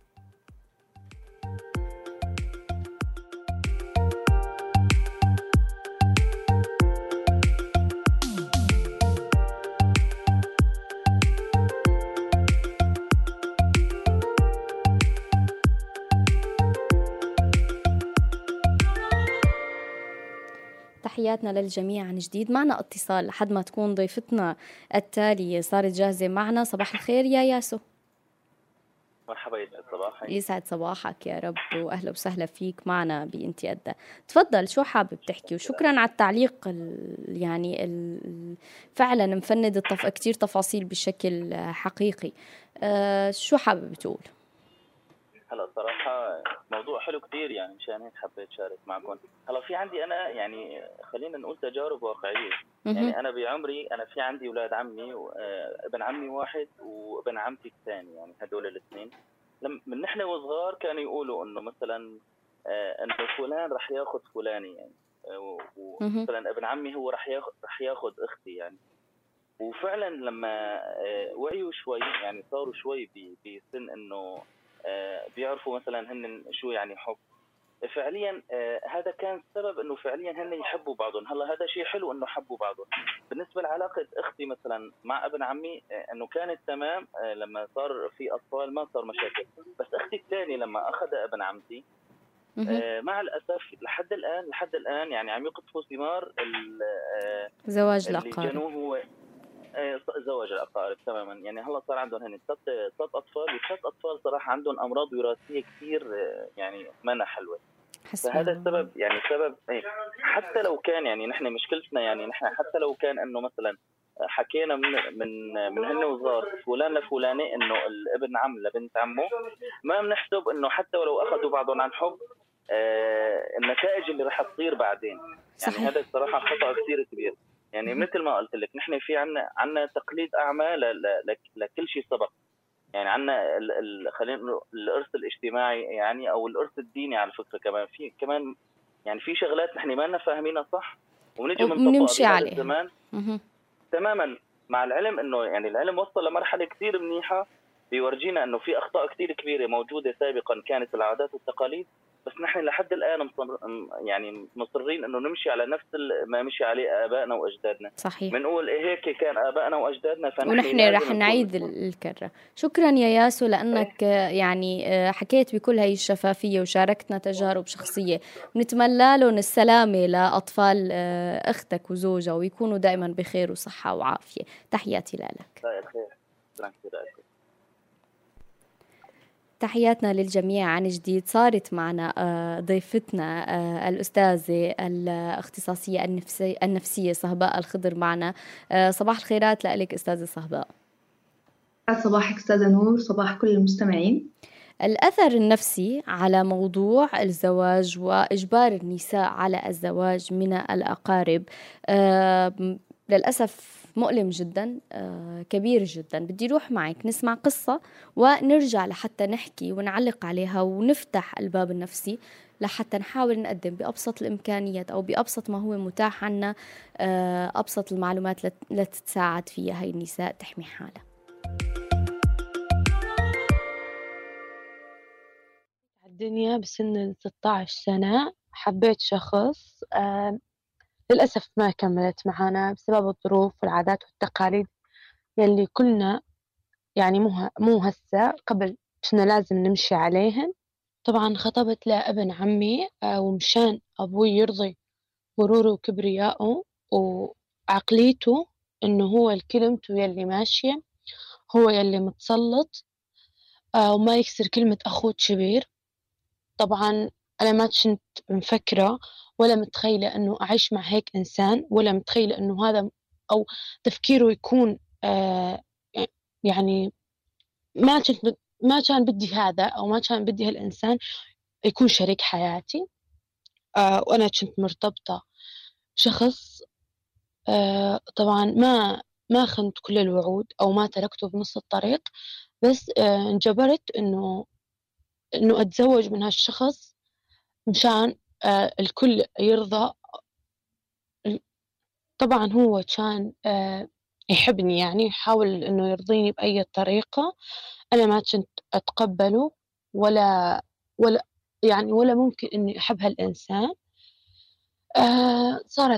تحياتنا للجميع عن جديد. معنا اتصال لحد ما تكون ضيفتنا التالية صارت جاهزة معنا. صباح الخير يا ياسو. مرحبا، يسعد صباحك. يسعد صباحك يا رب، وأهلا وسهلا فيك معنا بإنتي قدها. تفضل، شو حابب تحكي؟ وشكرا على التعليق فعلا مفند كتير تفاصيل بشكل حقيقي. شو حابب تقول؟ هلا صراحة موضوع حلو كتير، يعني مشان هيك حبيت شارك معكم. هلا في عندي أنا يعني خلينا نقول تجارب واقعية. يعني أنا بعمري أنا في عندي أولاد عمي، ابن عمي واحد وابن عمتي الثاني، يعني هدول الاثنين من نحن وصغار كانوا يقولوا إنه مثلا إنه فلان رح ياخذ فلاني، يعني ومثلا ابن عمي هو رح ياخذ أختي يعني. وفعلا لما وعيوا شوي، يعني صاروا شوي بسن إنه بيعرفوا مثلا هن شو يعني حب فعليا، هذا كان سبب انه فعليا هن يحبوا بعضهم. هلا هذا شيء حلو انه حبوا بعضهم. بالنسبه لعلاقه اختي مثلا مع ابن عمي انه كانت تمام، لما صار في اطفال ما صار مشاكل. بس اختي الثانيه لما اخذها ابن عمتي مع الاسف لحد الان يعني عم يقطفوا ثمار زواج اللي الأقارب. كانوا هو زواج الأقارب تماما. يعني هلا صار عندهم هن ثلاث أطفال، والثلاث أطفال صراحة عندهم أمراض وراثية كثير، يعني ما حلوة. فهذا السبب، يعني سبب حتى لو كان يعني نحن مشكلتنا، يعني نحن حتى لو كان إنه مثلا حكينا من هن وصغار فلان لفلانة إنه الابن عم لبنت عمه، ما بنحسب إنه حتى ولو أخذوا بعضهم عن حب النتائج اللي رح تصير بعدين. يعني هذا الصراحة خطأ كثير كبير. يعني مثل ما قلت لك نحن في عنا تقليد أعمى لكل شيء سبق. يعني عنا خلينا نقول الإرث الاجتماعي، يعني أو الإرث الديني على فكرة. كمان يعني في شغلات نحن ما لنا فاهمينها صح، ونجي ونمشي عليها الزمان تماما، مع العلم إنه يعني العلم وصل لمرحلة كثير منيحة بيورجينا إنه في أخطاء كثير كبيرة موجودة سابقا كانت العادات والتقاليد، بس نحن لحد الآن يعني مصرين إنه نمشي على نفس ما مشي عليه آبائنا وأجدادنا. صحيح. بنقول هيك كان آبائنا وأجدادنا، ونحن رح نعيد الكرة. شكرا يا ياسو لأنك يعني حكيت بكل هاي الشفافية وشاركتنا تجارب شخصية. نتمنى لهم السلامة لأطفال أختك وزوجها، ويكونوا دائما بخير وصحة وعافية. تحياتي لك. تحياتنا للجميع عن جديد. صارت معنا ضيفتنا الأستاذة الاختصاصية النفسية صهباء الخضر معنا. صباح الخيرات لك أستاذة صهباء. صباحك أستاذة نور، صباح كل المستمعين. الأثر النفسي على موضوع الزواج وإجبار النساء على الزواج من الأقارب للأسف مؤلم جدا، كبير جدا. بدي روح معك نسمع قصة ونرجع لحتى نحكي ونعلق عليها ونفتح الباب النفسي لحتى نحاول نقدم بأبسط الإمكانيات أو بأبسط ما هو متاح عنا أبسط المعلومات لتساعد فيها هاي النساء تحمي حالها. الدنيا بسن 16 سنة حبيت شخص، للأسف ما كملت معنا بسبب الظروف والعادات والتقاليد يلي كلنا يعني مو هسه، قبل كنا لازم نمشي عليهن. طبعا خطبت لابن عمي، ومشان أبوي يرضي غروره وكبريائه وعقليته إنه هو الكلمته يلي ماشية، هو يلي متسلط، وما يكسر كلمة أخوه الكبير. طبعا أنا ما كنت مفكرة ولا متخيلة أنه أعيش مع هيك إنسان، ولا متخيلة أنه هذا أو تفكيره يكون يعني ما كان بدي هذا، أو ما كان بدي هالإنسان يكون شريك حياتي. وأنا كنت مرتبطة بشخص. طبعا ما خنت كل الوعود أو ما تركته بنص الطريق، بس انجبرت إنه أتزوج من هالشخص مشان الكل يرضى. طبعا هو كان يحبني، يعني يحاول إنه يرضيني بأي طريقة. أنا ما كنت أتقبله ولا يعني ولا ممكن إني أحب هالإنسان. صارت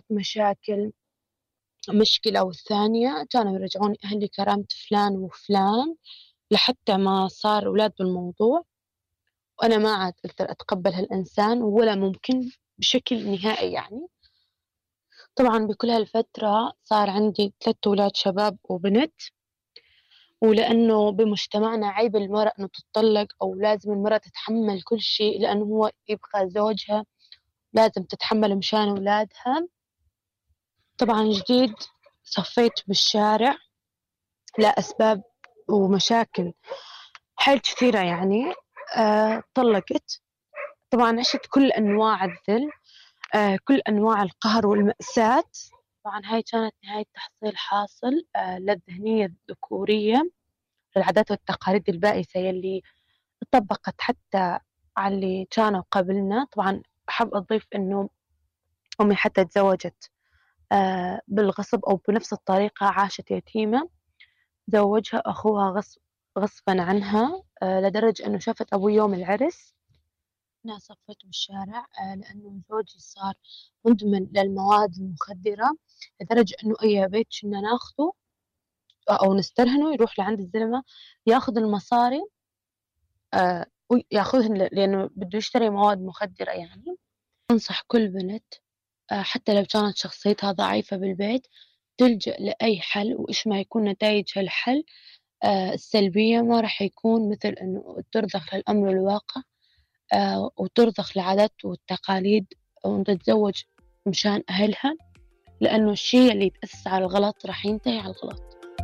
مشكلة والثانية كانوا يرجعون أهلي كرامة فلان وفلان لحتى ما صار أولاد بالموضوع، وأنا ما عاد أقدر أتقبل هالإنسان ولا ممكن بشكل نهائي. يعني طبعا بكل هالفترة صار عندي 3 أولاد شباب وبنت، ولأنه بمجتمعنا عيب المرأة إنه تتطلق، أو لازم المرأة تتحمل كل شيء لأنه هو يبقى زوجها، لازم تتحمل مشان أولادها. طبعا جديد صفيت بالشارع لأسباب ومشاكل حيل كثيرة، يعني طلقت. طبعا عشت كل أنواع الذل، كل أنواع القهر والمأساة. طبعا هاي كانت نهاية تحصيل حاصل للذهنية الذكورية، للعادات والتقاليد البائسة يلي طبقت حتى على اللي كانوا قبلنا. طبعا أحب أضيف إنه أمي حتى تزوجت بالغصب أو بنفس الطريقة، عاشت يتيمة، زوجها أخوها غصبا عنها، لدرجة أنه شافت أبوي يوم العرس. أنا صفيت بالشارع لأنه زوجي صار مدمن للمواد المخدرة، لدرجة أنه أي بيت كنا ناخذه أو نسترهنه يروح لعند الزلمة ياخذ المصاري، وياخذهن لأنه بده يشتري مواد مخدرة. يعني أنصح كل بنت حتى لو كانت شخصيتها ضعيفة بالبيت تلجأ لأي حل، وإيش ما يكون نتائج هالحل السلبية ما راح يكون مثل إنه ترضخ للأمر الواقع وترضخ العادات والتقاليد وتتزوج مشان أهلها، لأنه الشيء اللي يتأسس على الغلط راح ينتهي على الغلط.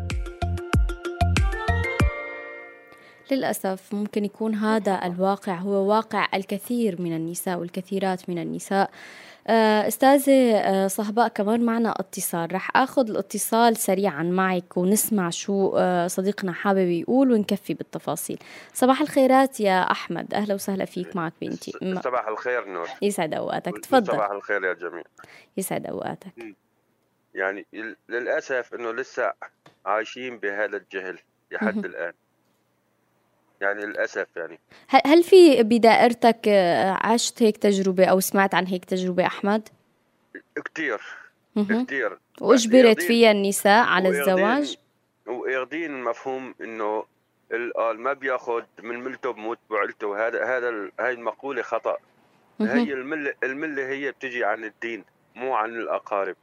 للأسف ممكن يكون هذا الواقع هو واقع الكثير من النساء والكثيرات من النساء. أستاذة صهباء، كمان معنا اتصال، رح أخذ الاتصال سريعا معك ونسمع شو صديقنا حابب يقول ونكفي بالتفاصيل. صباح الخيرات يا أحمد، أهلا وسهلا فيك، معك بنتي. صباح الخير نور. يسعد أوقاتك، تفضل. صباح الخير يا جميع. يسعد أوقاتك. يعني للأسف أنه لسه عايشين بهذا الجهل لحد الآن، يعني للأسف. يعني هل في بدائرتك عشت هيك تجربة أو سمعت عن هيك تجربة أحمد؟ كتير. وأجبرت فيها النساء على الزواج، وياخدين مفهوم إنه ما بياخد من ملته بموت بعلته. هاي المقولة خطأ. هي الملة هي بتجي عن الدين مو عن الأقارب.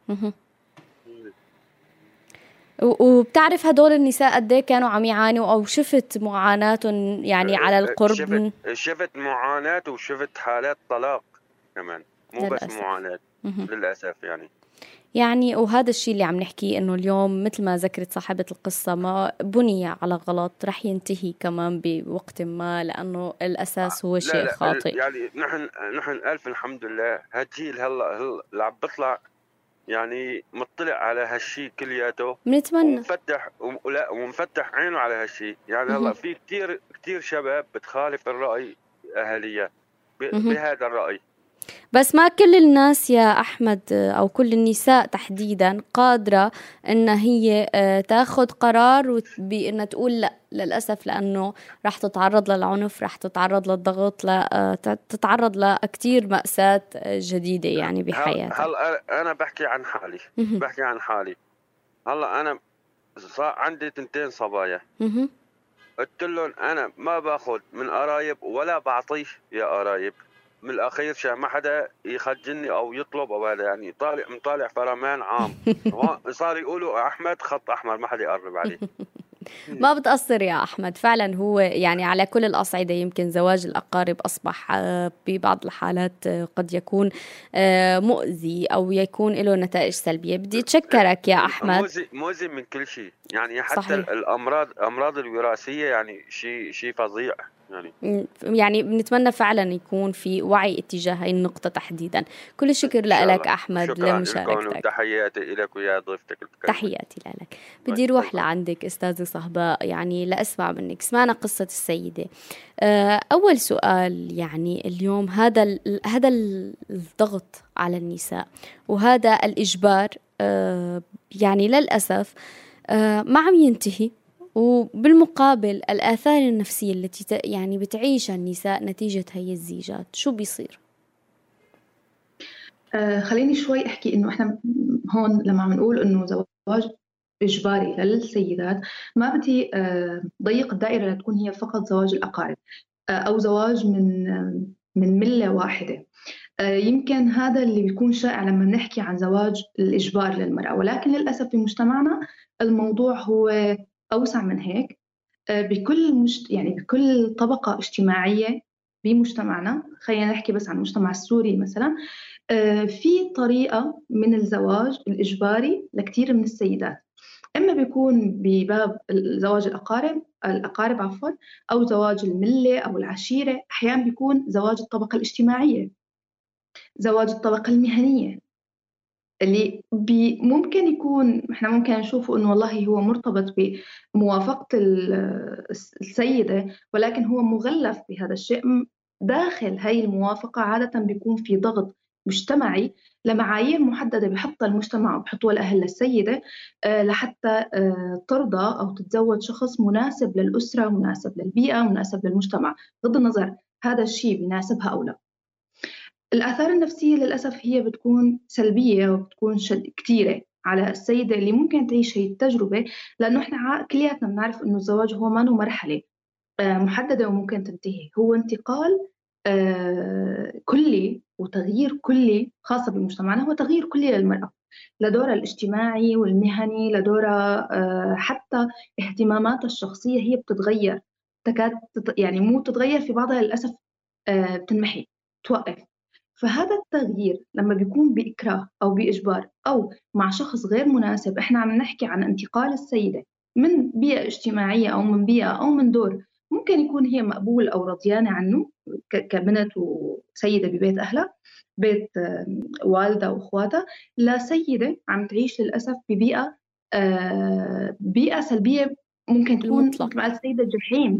وبتعرف هدول النساء قد ايه كانوا عم يعانوا، او شفت معاناتهم يعني على القرب؟ شفت معاناة وشفت حالات طلاق كمان، مو للأسف. بس معاناة للأسف. يعني وهذا الشيء اللي عم نحكيه، انه اليوم مثل ما ذكرت صاحبة القصة، ما بني على غلط رح ينتهي كمان بوقت ما، لأنه الأساس هو شيء خاطئ. يعني نحن ألف الحمد لله هالجيل هلا اللي عم بطلع يعني مطلع على هالشيء كلياته، بنتمنى ومفتح عينه على هالشيء. يعني هلا في كتير شباب بتخالف الرأي أهلية بهذا الرأي. بس ما كل الناس يا أحمد أو كل النساء تحديدا قادرة إن هي تاخد قرار بأنها تقول لا، للأسف، لأنه راح تتعرض للعنف، راح تتعرض للضغط، تتعرض لكتير مأساة جديدة يعني بحياتها. هلا أنا بحكي عن حالي. هلا أنا عندي 2 صبايا. قلت لهم أنا ما باخد من قرايب ولا بعطيه يا قرايب. من الأخير ما حدا يخجلني أو يطلب أو هذا، يعني مطالع فرمان عام. صار يقولوا أحمد خط أحمر، ما حدا يقرب عليه. ما بتقصر يا أحمد، فعلا هو يعني على كل الأصعدة. يمكن زواج الأقارب أصبح ببعض الحالات قد يكون مؤذي أو يكون له نتائج سلبية. بدي أتشكرك يا أحمد. مؤذي من كل شيء، يعني حتى صحيح. الأمراض الوراثية يعني شيء فظيع. يعني بنتمنى فعلا يكون في وعي اتجاه هاي النقطة تحديدا. كل الشكر لك أحمد لمشاركتك. تحياتي لك ويا ضيفتك الكريمة. تحياتي لك. بدي أروح لعندك أستاذة صهباء، يعني لأسمع منك. سمعنا قصة السيدة. أول سؤال، يعني اليوم هذا الضغط على النساء وهذا الإجبار يعني للأسف ما عم ينتهي، وبالمقابل الآثار النفسية التي يعني بتعيشها النساء نتيجة هي الزيجات، شو بيصير؟ خليني شوي أحكي إنه إحنا هون لما عم نقول إنه زواج إجباري للسيدات، ما بدي ضيق الدائرة لتكون هي فقط زواج الأقارب أو زواج من ملة واحدة. يمكن هذا اللي بيكون شائع لما نحكي عن زواج الإجبار للمرأة، ولكن للأسف في مجتمعنا الموضوع هو أوسع من هيك. يعني بكل طبقة اجتماعية بمجتمعنا، خلينا نحكي بس عن المجتمع السوري مثلا، في طريقة من الزواج الإجباري لكثير من السيدات. إما بيكون بباب زواج الأقارب عفوا، أو زواج الملة أو العشيرة. أحيانا بيكون زواج الطبقة الاجتماعية، زواج الطبقة المهنية، اللي ممكن يكون إحنا ممكن نشوفه إنه والله هو مرتبط بموافقة السيدة، ولكن هو مغلف بهذا الشيء. داخل هاي الموافقة عادة بيكون في ضغط مجتمعي لمعايير محددة بحطها المجتمع وبحطوها الأهل للسيدة لحتى ترضى أو تتزوج شخص مناسب للأسرة، مناسب للبيئة، مناسب للمجتمع، بغض النظر هذا الشيء بيناسبها أو لا. الآثار النفسية للأسف هي بتكون سلبية وبتكون كتيرة على السيدة اللي ممكن تعيش هي التجربة، لأنه إحنا كلياتنا بنعرف إنه الزواج هو ما مرحلة محددة وممكن تنتهي، هو انتقال كلي وتغيير كلي، خاصة بمجتمعنا هو تغيير كلي للمرأة، لدورها الاجتماعي والمهني، لدورها حتى اهتماماتها الشخصية هي بتتغير، تكاد يعني مو تتغير، في بعضها للأسف بتنمحي، توقف. فهذا التغيير لما بيكون بإكراه أو بإجبار أو مع شخص غير مناسب، إحنا عم نحكي عن انتقال السيدة من بيئة اجتماعية أو من بيئة أو من دور ممكن يكون هي مقبول أو رضيانة عنه كبنت وسيدة ببيت أهلها، بيت والدة وأخواتها، لسيدة عم تعيش للأسف ببيئة بيئة سلبية، ممكن تكون مثل ما قالت السيدة جحيم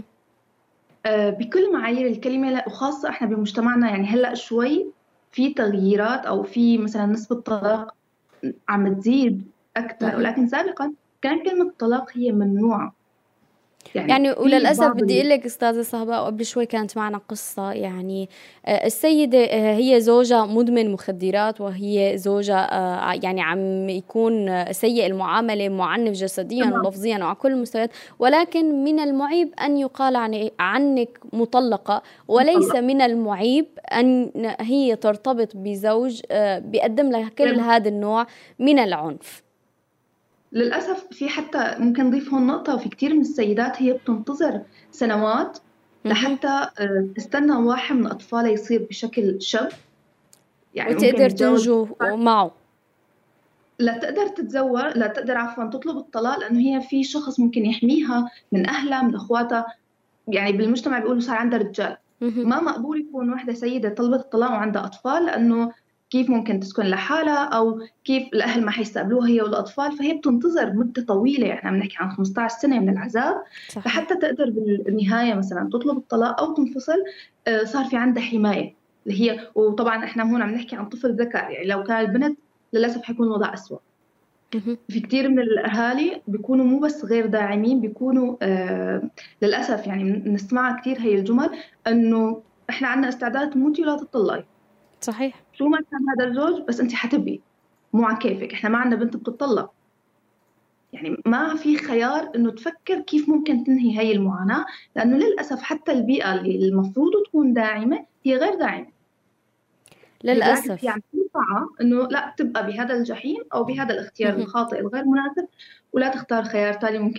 بكل معايير الكلمة. وخاصة إحنا بمجتمعنا يعني هلأ شوي في تغييرات أو في مثلا نسبة طلاق عم تزيد أكثر، ولكن سابقا كان كلمة الطلاق هي ممنوعة. يعني وللأسف بدي أقول لك أستاذة صهباء، قبل شوي كانت معنا قصة، يعني السيدة هي زوجة مدمن مخدرات، وهي زوجة يعني عم يكون سيء المعاملة، معنف جسديا ولفظيا وعلى كل المستويات، ولكن من المعيب أن يقال عنك مطلقة، وليس من المعيب أن هي ترتبط بزوج بيقدم لها كل هذا النوع من العنف. للأسف في حتى ممكن نضيف هون نقطة، وفي كتير من السيدات هي بتنتظر سنوات لحتى تستنى واحد من أطفالها يصير بشكل شاب، يعني وتقدر تنجو معه، لا تقدر تتزوج، لا تقدر عفوا تطلب الطلاق، لأنه هي في شخص ممكن يحميها من أهلها من أخواتها. يعني بالمجتمع بيقولوا صار عندها رجال، ما مقبول يكون واحدة سيدة طلبت الطلاق وعندها أطفال، لأنه كيف ممكن تسكن لحالها أو كيف الأهل ما حيستقبلوها هي والأطفال. فهي بتنتظر مدة طويلة، إحنا بنحكي عن 15 سنة من العذاب لحتى تقدر بالنهاية مثلا تطلب الطلاق أو تنفصل. صار في عندها حماية اللي هي، وطبعا إحنا هون عم نحكي عن طفل ذكر، يعني لو كان البنت للأسف حيكون الوضع أسوأ. في كتير من الأهالي بيكونوا مو بس غير داعمين، بيكونوا للأسف يعني نسمعها كتير هي الجمل، إنه إحنا عنا استعداد تموتي ولا تطلعي. صحيح. شو ما كان هذا الزوج، بس أنت حتبقي، مو عن كيفك. إحنا ما عنا بنت بتطلق، يعني ما في خيار إنه تفكر كيف ممكن تنهي هاي المعاناة، لأنه للأسف حتى البيئة اللي المفروض تكون داعمة هي غير داعمة للأسف. يعني تنفع إنه لا تبقى بهذا الجحيم أو بهذا الاختيار الخاطئ الغير مناسب، ولا تختار خيار تالي ممكن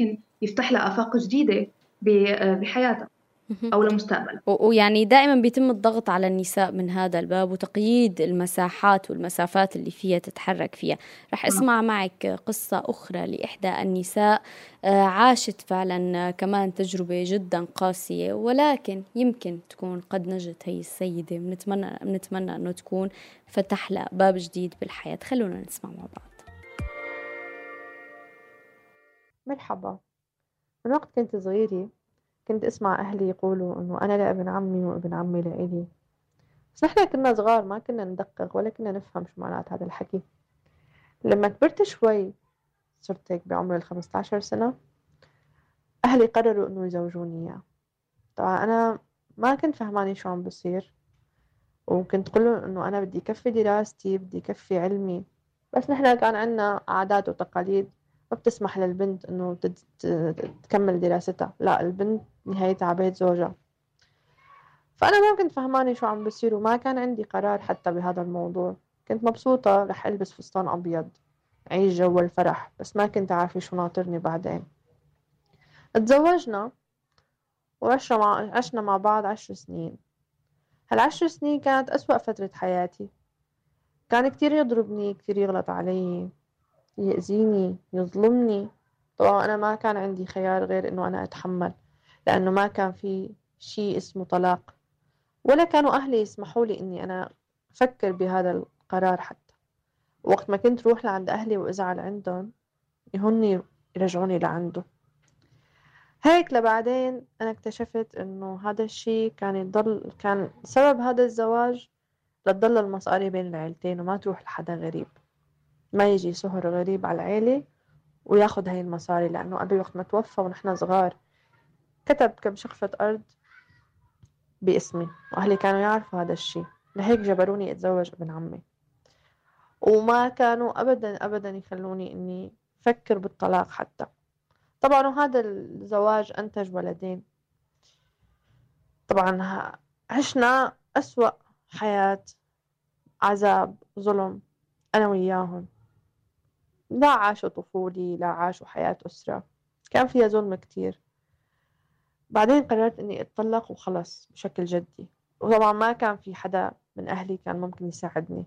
يفتح لها آفاق جديدة بحياتها أو لمستقبل. ويعني دائما بيتم الضغط على النساء من هذا الباب وتقييد المساحات والمسافات اللي فيها تتحرك فيها. رح أسمع معك قصة أخرى لإحدى النساء عاشت فعلا كمان تجربة جدا قاسية، ولكن يمكن تكون قد نجت هي السيدة. بنتمنى أنه تكون فتح لها باب جديد بالحياة. خلونا نسمع مع بعض. مرحبا. من وقت كنت صغيرة كنت أسمع أهلي يقولوا إنه أنا لابن عمي وابن عمي لإلي، بس نحن كنا صغار ما كنا ندقق ولا كنا نفهم شو معنات هذا الحكي. لما كبرت شوي صرت هيك بعمر 15 سنة، أهلي قرروا إنه يزوجوني إياه. طبعا أنا ما كنت فهماني شو عم بصير، وكنت قلهم إنه أنا بدي كفي دراستي بدي كفي علمي، بس نحن كان عنا عادات وتقاليد ما بتسمح للبنت إنه تكمل دراستها، لا البنت نهايتها على بيت زوجها. فأنا ما كنت فهماني شو عم بصير وما كان عندي قرار حتى بهذا الموضوع. كنت مبسوطة رح ألبس فستان أبيض عيش جو الفرح، بس ما كنت عارفة شو ناطرني بعدين. اتزوجنا وعشنا مع بعض 10 سنين. هال10 سنين كانت أسوأ فترة حياتي. كان كتير يضربني، كتير يغلط علي، يأذيني، يظلمني. طبعا أنا ما كان عندي خيار غير إنه أنا أتحمل، لأنه ما كان في شيء اسمه طلاق، ولا كانوا أهلي يسمحوا لي إني أنا أفكر بهذا القرار. حتى وقت ما كنت روح لعند أهلي وأزعل عندهم يهوني يرجعوني لعنده. هيك لبعدين أنا اكتشفت إنه هذا الشيء كان سبب هذا الزواج لتضل المصاري بين العيلتين وما تروح لحدا غريب، ما يجي سهر غريب على العيلة وياخد هاي المصاري. لأنه أبي وقت ما توفى ونحن صغار كتب كم شقفة أرض باسمي، وأهلي كانوا يعرفوا هذا الشيء، لهيك جبروني أتزوج ابن عمي، وما كانوا أبدا أبدا يخلوني إني أفكر بالطلاق حتى. طبعا وهذا الزواج أنتج ولدين. طبعا عشنا أسوأ حياة، عذاب، ظلم أنا وياهم. لا عاشوا طفولي، لا عاشوا حياة أسرة، كان فيها ظلم كتير. بعدين قررت إني أتطلق وخلص بشكل جدي، وطبعا ما كان في حدا من أهلي كان ممكن يساعدني،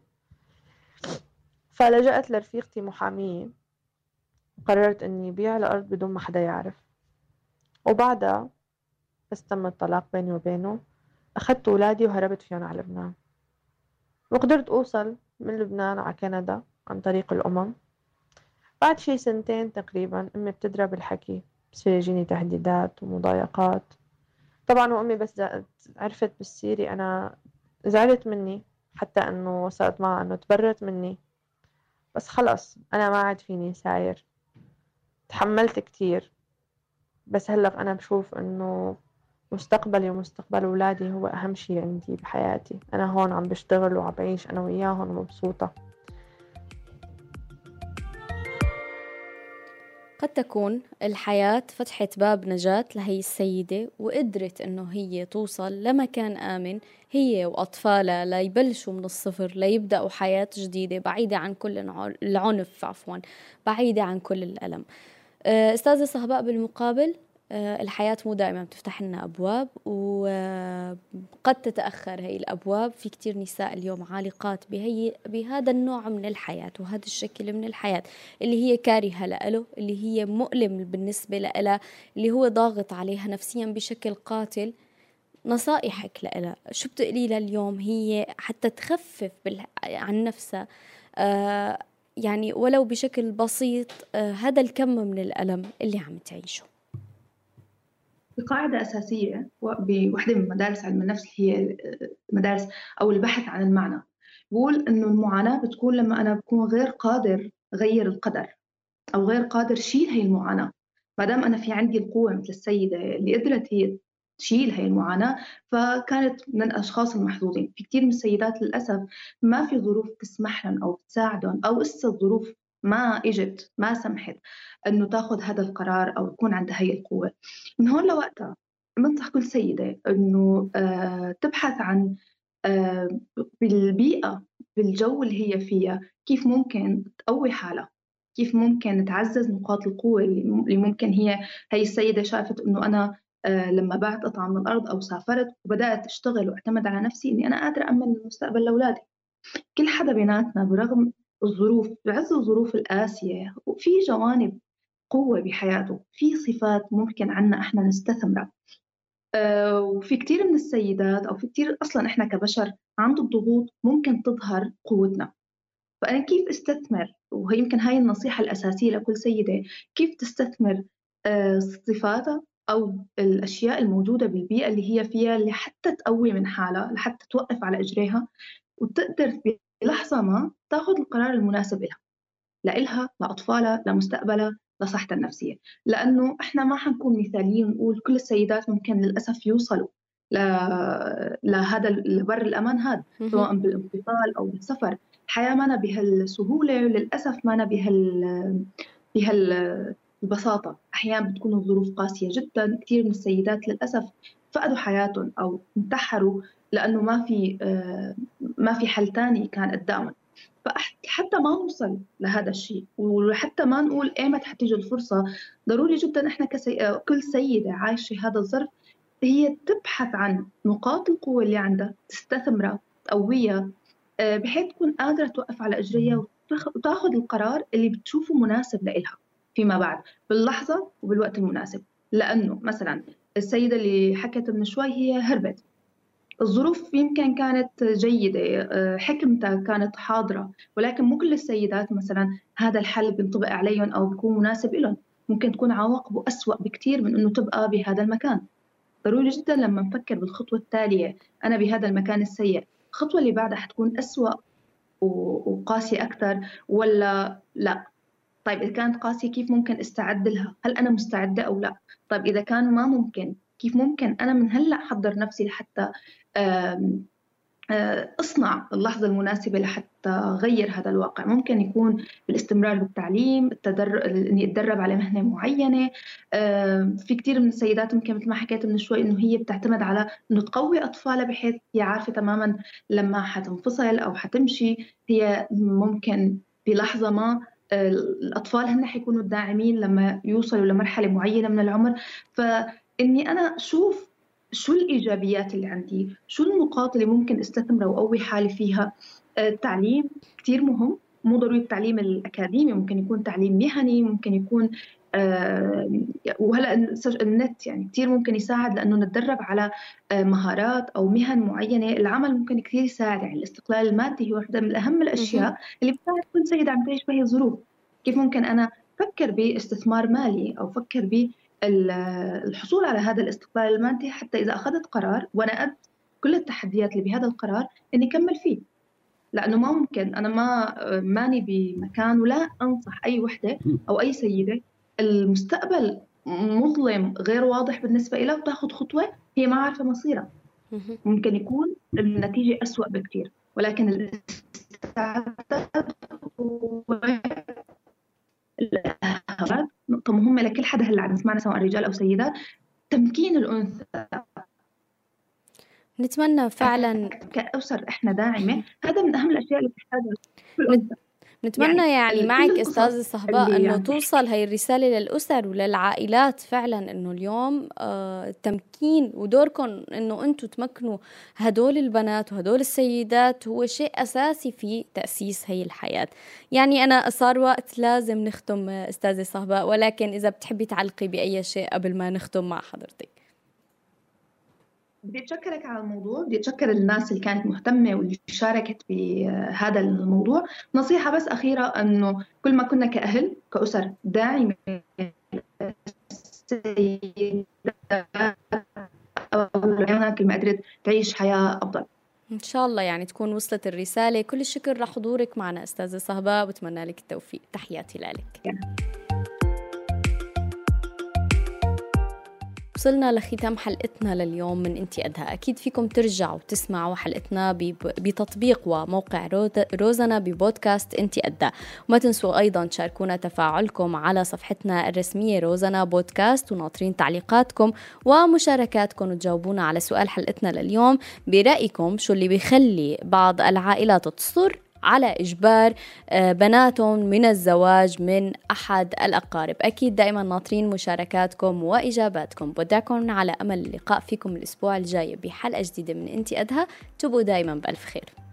فلجأت لرفيقتي محامية وقررت إني بيع الأرض بدون ما حدا يعرف. وبعدها بس تم الطلاق بيني وبينه أخذت أولادي وهربت فيهم على لبنان، وقدرت أوصل من لبنان على كندا عن طريق الأمم. بعد شي 2 تقريبا أمي بتدرى بالحكي، بصير يجيني تهديدات ومضايقات. طبعا وأمي بس عرفت بالسيري أنا زعلت مني، حتى أنه وصلت معها أنه تبرت مني، بس خلص أنا ما عاد فيني ساير. تحملت كتير، بس هلأ أنا بشوف أنه مستقبلي ومستقبل أولادي هو أهم شي عندي بحياتي. أنا هون عم بشتغل وعم بعيش أنا وياهم ومبسوطة. قد تكون الحياة فتحت باب نجاة لهي السيدة وقدرت إنه هي توصل لمكان آمن هي وأطفالها ليبلشوا من الصفر، ليبدأوا حياة جديدة بعيدة عن كل العنف، بعيدة عن كل الألم. أستاذة صهباء، بالمقابل الحياة مو دائما بتفتح لنا أبواب، وقد تتأخر هي الأبواب. في كتير نساء اليوم عالقات بهذا النوع من الحياة وهذا الشكل من الحياة اللي هي كارهة له، اللي هي مؤلم بالنسبة لها، اللي هو ضاغط عليها نفسيا بشكل قاتل. نصائحك لها شو بتقولي لها اليوم هي حتى تخفف عن نفسها يعني ولو بشكل بسيط هذا الكم من الألم اللي عم تعيشه؟ بقاعدة أساسية بوحدة من مدارس علم النفس هي مدارس أو البحث عن المعنى، بقول إنه المعاناة بتكون لما أنا بكون غير قادر غير القدر أو غير قادر شيل هاي المعاناة. ما دام أنا في عندي القوة مثل السيدة اللي قدرت هي تشيل هاي المعاناة، فكانت من الأشخاص المحظوظين. في كتير من السيدات للأسف ما في ظروف تسمح لهم أو تساعدهم، أو إسا الظروف ما إجت ما سمحت أنه تاخذ هذا القرار أو تكون عندها هاي القوة. من هون لوقتها بنصح كل سيدة أنه تبحث عن بالبيئة بالجو اللي هي فيها كيف ممكن تقوي حالها. كيف ممكن تعزز نقاط القوة اللي ممكن هي السيدة شافت إنه أنا لما بعت قطعة من الأرض أو سافرت وبدأت أشتغل وأعتمد على نفسي إني أنا قادرة أمن المستقبل لأولادي. كل حدا بيناتنا برغم الظروف، بعز الظروف القاسية، وفي جوانب قوة بحياته، في صفات ممكن عنا إحنا نستثمرها. وفي كتير من السيدات أو في كتير أصلاً إحنا كبشر عند الضغوط ممكن تظهر قوتنا. فأنا كيف استثمر، وهي يمكن هاي النصيحة الأساسية لكل سيدة، كيف تستثمر صفاتها أو الأشياء الموجودة بالبيئة اللي هي فيها لحتى تقوي من حالها، لحتى توقف على إجريها وتقدر بلحظة ما تاخذ القرار المناسب لإلها، لأطفالها، لمستقبلها، لصحتها النفسية. لأنه إحنا ما حنكون مثاليين ونقول كل السيدات ممكن للأسف يوصلوا لهذا لبر الأمان هذا، سواء بالانفصال أو بالسفر. الحياة ما بهالسهولة، وللأسف ما بهالبساطة. أحيانا بتكون الظروف قاسية جدا. كثير من السيدات للأسف فقدوا حياتهم أو انتحروا لأنه ما في حل تاني كان قدامهم. فحتى ما نوصل لهذا الشيء، وحتى ما نقول ايمت حتيجي الفرصة، ضروري جدا احنا كل سيدة عايشة هذا الظرف هي تبحث عن نقاط القوة اللي عندها، تستثمرها، تقويها، بحيث تكون قادرة توقف على إجريها وتاخذ القرار اللي بتشوفه مناسب لإلها فيما بعد، باللحظة وبالوقت المناسب. لأنه مثلا السيدة اللي حكت من شوي هي هربت، الظروف يمكن كانت جيدة، حكمتها كانت حاضرة، ولكن مو كل السيدات مثلا هذا الحل بينطبق عليهم أو بيكون مناسب لهم. ممكن تكون عواقبه أسوأ بكتير من أنه تبقى بهذا المكان. ضروري جدا لما نفكر بالخطوة التالية، أنا بهذا المكان السيء، الخطوة اللي بعدها حتكون أسوأ وقاسية أكثر ولا لا؟ طيب إذا كانت قاسية كيف ممكن استعد لها؟ هل أنا مستعدة أو لا؟ طيب إذا كان ما ممكن، كيف ممكن أنا من هلأ أحضر نفسي لحتى أصنع اللحظة المناسبة لحتى أغير هذا الواقع؟ ممكن يكون بالاستمرار بالتعليم، إني أتدرب على مهنة معينة. في كتير من السيدات ممكن مثل ما حكيت من شوي إنه هي بتعتمد على إنه تقوي أطفالها، بحيث هي عارفة تماماً لما حتنفصل أو حتمشي هي ممكن بلحظة ما الأطفال هن حيكونوا الداعمين لما يوصلوا لمرحلة معينة من العمر. فإني أنا أشوف شو الإيجابيات اللي عندي، شو النقاط اللي ممكن استثمرها وأقوي حالي فيها. التعليم كتير مهم، مو ضروري التعليم الأكاديمي، ممكن يكون تعليم مهني، ممكن يكون وهلأ النت يعني كتير ممكن يساعد، لأنه نتدرب على مهارات أو مهن معينة. العمل ممكن كتير يساعد، يعني الاستقلال المادي هو واحدة من أهم الأشياء اللي بتساعد كل سيدة عم تعيش بهي الظروف. كيف ممكن أنا أفكر باستثمار مالي أو أفكر الحصول على هذا الاستقلال المادي، حتى إذا أخذت قرار وأنا قد كل التحديات اللي بهذا القرار إني أكمل فيه. لأنه ما ممكن أنا ماني بمكان، ولا أنصح أي وحدة أو أي سيدة المستقبل مظلم غير واضح بالنسبة إلها وتأخذ خطوة هي ما عارفة مصيرها. ممكن يكون النتيجة أسوأ بكتير. ولكن الاستعداد نقطة مهمة لكل حدا هلا عم يسمعنا، سواء رجال أو سيدات، تمكين الأنثى. نتمنى فعلا كأسر إحنا داعمة، هذا من أهم الأشياء اللي بتحتاجها. نتمنى يعني معك أستاذة صهباء أنه توصل هاي الرسالة للأسر وللعائلات فعلا، أنه اليوم التمكين ودوركم أنه أنتوا تمكنوا هدول البنات وهدول السيدات هو شيء أساسي في تأسيس هاي الحياة. يعني أنا صار وقت لازم نختم أستاذة صهباء، ولكن إذا بتحبي تعلقي بأي شيء قبل ما نختم مع حضرتك. بدي أتشكرك على الموضوع، بدي أتشكر الناس اللي كانت مهتمة واللي شاركت بهذا الموضوع. نصيحة بس أخيرة، أنه كل ما كنا كأهل كأسر داعمة كل ما قدرت تعيش حياة أفضل إن شاء الله. يعني تكون وصلت الرسالة. كل الشكر لحضورك معنا أستاذة صهباء، وبتمنى لك التوفيق. تحياتي لك. وصلنا لختام حلقتنا لليوم من انتي قدها. أكيد فيكم ترجعوا تسمعوا حلقتنا بتطبيق وموقع روزانا ببودكاست انتي قدها. وما تنسوا أيضا تشاركونا تفاعلكم على صفحتنا الرسمية روزانا بودكاست، وناطرين تعليقاتكم ومشاركاتكم وتجاوبونا على سؤال حلقتنا لليوم. برأيكم شو اللي بيخلي بعض العائلات تصر على إجبار بناتهم من الزواج من أحد الأقارب. أكيد دائما ناطرين مشاركاتكم وإجاباتكم. بودعكم على أمل اللقاء فيكم الأسبوع الجاي بحلقة جديدة من أنتي أدهى. تبقوا دائما بألف خير.